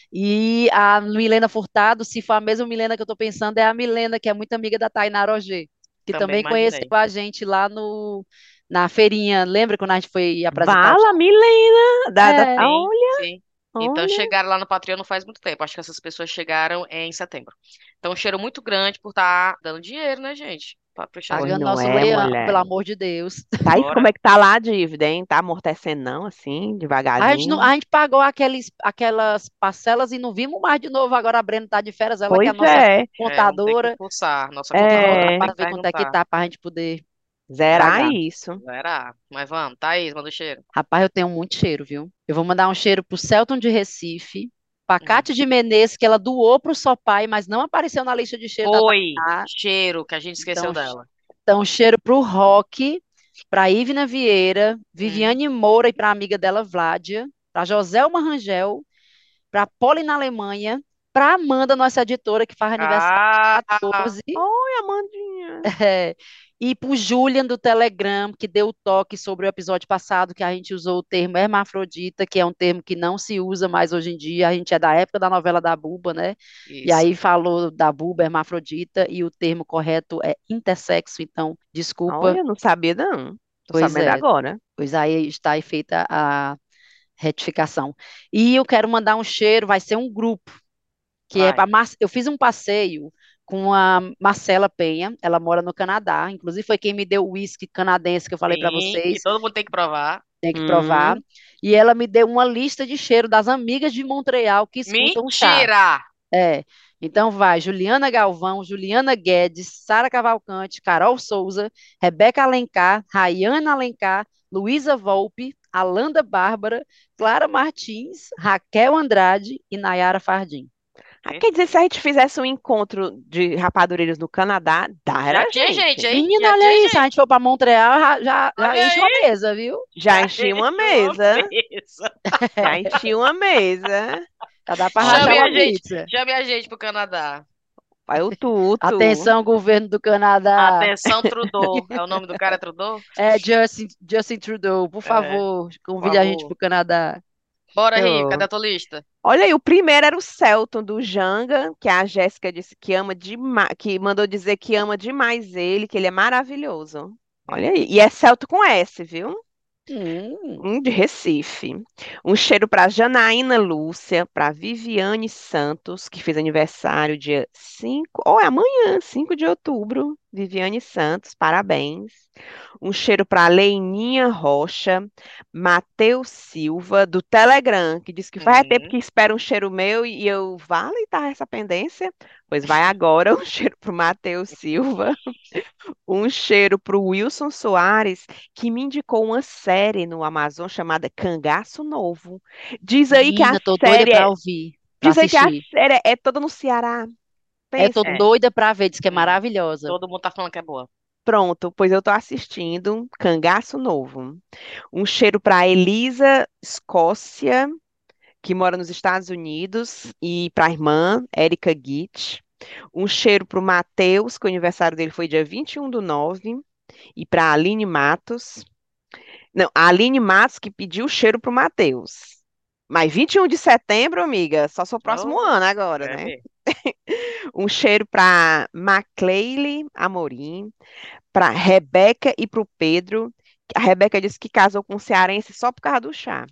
E a Milena Furtado, se for a mesma Milena que eu tô pensando, é a Milena, que é muito amiga da Tainá Roger, que também também conheceu imaginei. a gente lá no, na feirinha. Lembra quando a gente foi apresentar o Vala, show? Milena. Da, da... É, Sim, Olha, sim. Então, olha. chegaram lá no Patreon não faz muito tempo. Acho que essas pessoas chegaram em setembro. Então, um cheiro muito grande por estar dando dinheiro, né, gente? Para prestar Pois pagando serviço. não nosso é, leão, pelo mulher. amor de Deus. Thaís, como Bora. é que tá lá a dívida, hein? Tá amortecendo não, assim, A gente, não- devagarzinho? a gente pagou aqueles, aquelas parcelas e não vimos mais de novo. Agora a Brenda tá de férias, ela que é a Pois nossa é. É, vamos ter que contadora. fuçar. Nossa Tem que contadora fuçar É, tem para que ver quanto é que perguntar. tá para a gente poder zerar pagar. isso. Será? Mas vamos. Thaís, manda o cheiro. Rapaz, eu tenho muito cheiro, viu? Eu vou mandar um cheiro pro Celton de Recife, pra Hum. Cátia de Menezes, que ela doou pro Sopai, mas não apareceu na lista de cheiro da Foi. Tainá. Cheiro, que a gente Então, esqueceu dela. então cheiro pro Rock, pra Ivna Vieira, Hum. Viviane Moura e pra amiga dela, Vládia, pra Joselma Rangel, pra Polly na Alemanha, pra Amanda, nossa editora, que faz aniversário Ah, quatorze. Oi, Amandinha. É, e para o Julian do Telegram, que deu o toque sobre o episódio passado, que a gente usou o termo hermafrodita, que é um termo que não se usa mais hoje em dia. A gente é da época da novela da Buba, né? E isso. aí falou da Buba, hermafrodita, e o termo correto é intersexo, então, desculpa. Olha, não sabia não. Tô Pois sabendo é, agora. pois aí está aí feita a retificação. E eu quero mandar um cheiro, vai ser um grupo que é Vai. para eu fiz um passeio com a Marcela Penha, ela mora no Canadá, inclusive foi quem me deu o uísque canadense que eu falei para Sim, que vocês, todo mundo tem que provar. tem que provar. Hum, E ela me deu uma lista de cheiro das amigas de Montreal que escutam o chá. Mentira! É. Então vai Juliana Galvão, Juliana Guedes, Sara Cavalcante, Carol Souza, Rebeca Alencar, Rayana Alencar, Luísa Volpe, Alanda Bárbara, Clara Martins, Raquel Andrade e Nayara Fardim. ah, quer dizer, se a gente fizesse um encontro de rapadureiros no Canadá, dá Já era tinha gente, gente. hein? Menina, Já tinha olha isso. A gente. gente for para Montreal, já, já, já Olha enche uma aí. mesa, viu? Já Já enchi uma enche uma mesa. mesa. Já enchi uma mesa. Já dá para rachar Chame uma a gente, pizza. chame a gente pro Canadá. Vai o tudo. Atenção, governo do Canadá. Atenção, Trudeau. É o nome do cara, é Trudeau? É Justin, Justin Trudeau, por É, favor, por convide a gente favor. para o Canadá. Bora, Rico. Cadê Oh. a tua lista? Olha aí, o primeiro era o Celton do Janga, que a Jéssica disse que ama demais, que mandou dizer que ama demais ele, que ele é maravilhoso. Olha Hum, aí. E é Celto com S, viu? Hum, Um de Recife. Um cheiro para Janaína Lúcia, para Viviane Santos, que fez aniversário dia cinco, ou é amanhã, cinco de outubro. Viviane Santos, parabéns. Um cheiro para Leininha Rocha, Matheus Silva, do Telegram, que disse que faz tempo hum. que espera um cheiro meu e eu, vale, tá essa pendência? Pois vai agora um cheiro para o Matheus Silva. Um cheiro para o Wilson Soares, que me indicou uma série no Amazon chamada Cangaço Novo. Diz aí que a menina, tô doida série para é, ouvir, para diz aí que a assistir. série é toda no Ceará. É, tô Pense. É. doida para ver, diz que é Hum. maravilhosa. Todo mundo tá falando que é boa. Pronto, pois eu tô assistindo Cangaço Novo. Um cheiro para Elisa Escócia, que mora nos Estados Unidos, e para a irmã, Érica Gitt. Um cheiro para o Matheus, que o aniversário dele foi dia vinte e um do nove, e para a Aline Matos. Não, a Aline Matos que pediu o cheiro pro Matheus. Mas vinte e um de setembro, amiga, só só próximo Oh, ano agora, é né? mesmo. Um cheiro para Macleile Amorim, para Rebeca e pro Pedro. A Rebeca disse que casou com um cearense só por causa do chá.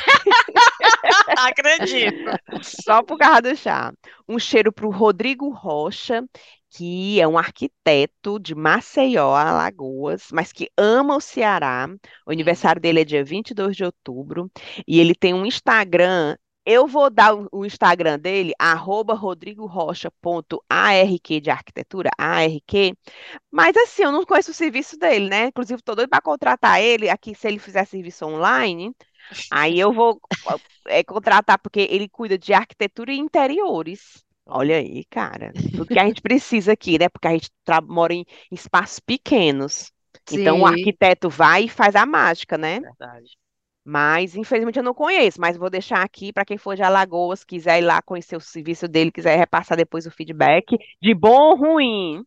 Acredito. Só por causa do chá. Um cheiro para o Rodrigo Rocha, que é um arquiteto de Maceió, Alagoas, mas que ama o Ceará. O Hum. aniversário dele é dia vinte e dois de outubro. E ele tem um Instagram Eu vou dar o o Instagram dele, arroba rodrigorocha.arq de arquitetura, A R Q. Mas assim, eu não conheço o serviço dele, né? Inclusive, estou doido para contratar ele aqui, se ele fizer serviço online. Aí eu vou é, contratar, porque ele cuida de arquitetura e interiores. Olha Olha, aí, cara. Tudo que a gente precisa aqui, né? Porque a gente tra- mora em espaços pequenos. Então, o Sim. arquiteto vai e faz a mágica, né? verdade. Mas, infelizmente, eu não conheço. Mas vou deixar aqui para quem for de Alagoas, quiser ir lá conhecer o serviço dele, quiser repassar depois o feedback, de bom ou ruim.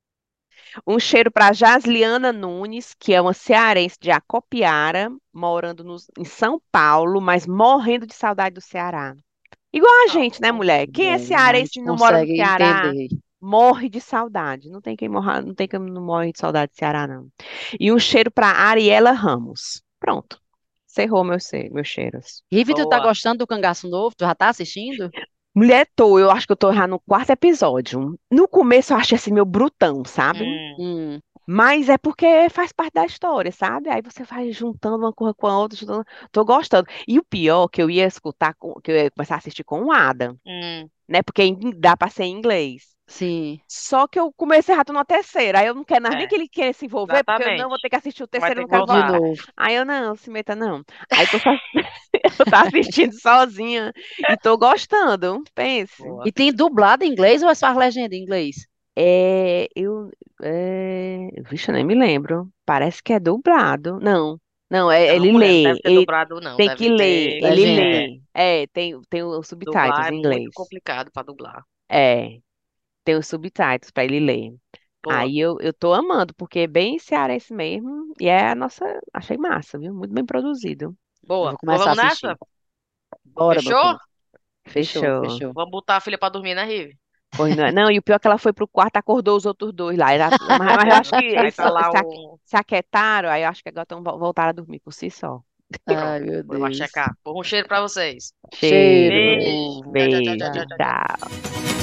Um cheiro para Jasliana Nunes, que é uma cearense de Acopiara, morando nos- em São Paulo, mas morrendo de saudade do Ceará. Igual a Ah, gente, né, mulher? Quem é Bom, a cearense gente e não mora no consegue Ceará, entender. morre de saudade. Não tem quem morra, não tem quem não morre de saudade do Ceará, não. E um cheiro para Ariela Ramos. Pronto. Cerrou meus, ce- meus cheiros. Rive, tu tá boa. gostando do Cangaço Novo? Tu já tá assistindo? Mulher, tô, eu acho que eu tô já no quarto episódio. No começo eu achei assim meio brutão, sabe? Hum, Hum. Mas é porque faz parte da história, sabe? Aí você vai juntando uma coisa com a outra, juntando... Tô gostando. E o pior que eu ia escutar, com- que eu ia começar a assistir com o Adam, hum, né? Porque em- dá pra ser em inglês. Sim. Só que eu comecei errado na terceira. Aí eu não quero mais nem é, que ele queira se envolver, porque eu não vou exatamente. ter que assistir o Vai terceiro, eu ter não que quero De voltar. voltar. novo. Aí eu não, se meta não. Aí tô só... eu tô assistindo sozinha e tô gostando. Pense. E Boa. tem dublado em inglês ou é só a legenda em inglês? É, eu, é, vixe, eu nem me lembro. Parece que é dublado. Não, não, é, Não, ele mulher, não lê. deve ter Ele dobrado, não. tem Deve que ler. ter. Ele É, Legenda. lê. É, tem, tem os subtitles dublar é em muito inglês. complicado pra dublar. É, tem os subtitles para ele ler. Boa. Aí eu, eu tô amando, porque é bem cearense mesmo. E é a nossa. Achei massa, viu? Muito bem produzido. Eu Boa. vou Pois começar a vamos assistir. nessa? Bora, meu Fechou? povo. Fechou, Fechou. fechou. Vamos botar a filha pra dormir, né, Rive? Pois não, é- não, e o pior é que ela foi pro quarto, acordou os outros dois lá. Ela- mas, mas eu acho que Aí eles tá só- lá se, aque- o. se aquietaram, aí eu acho que agora estão voltaram a dormir por si só. Ai, Pronto. meu Vou lá Deus. checar. Por um cheiro pra vocês. Cheiro, meu Cheiro, meu Beijo. povo. povo. Tchau, tchau, tchau, Beijo. tchau, Tchau. tchau, tchau. Tchau.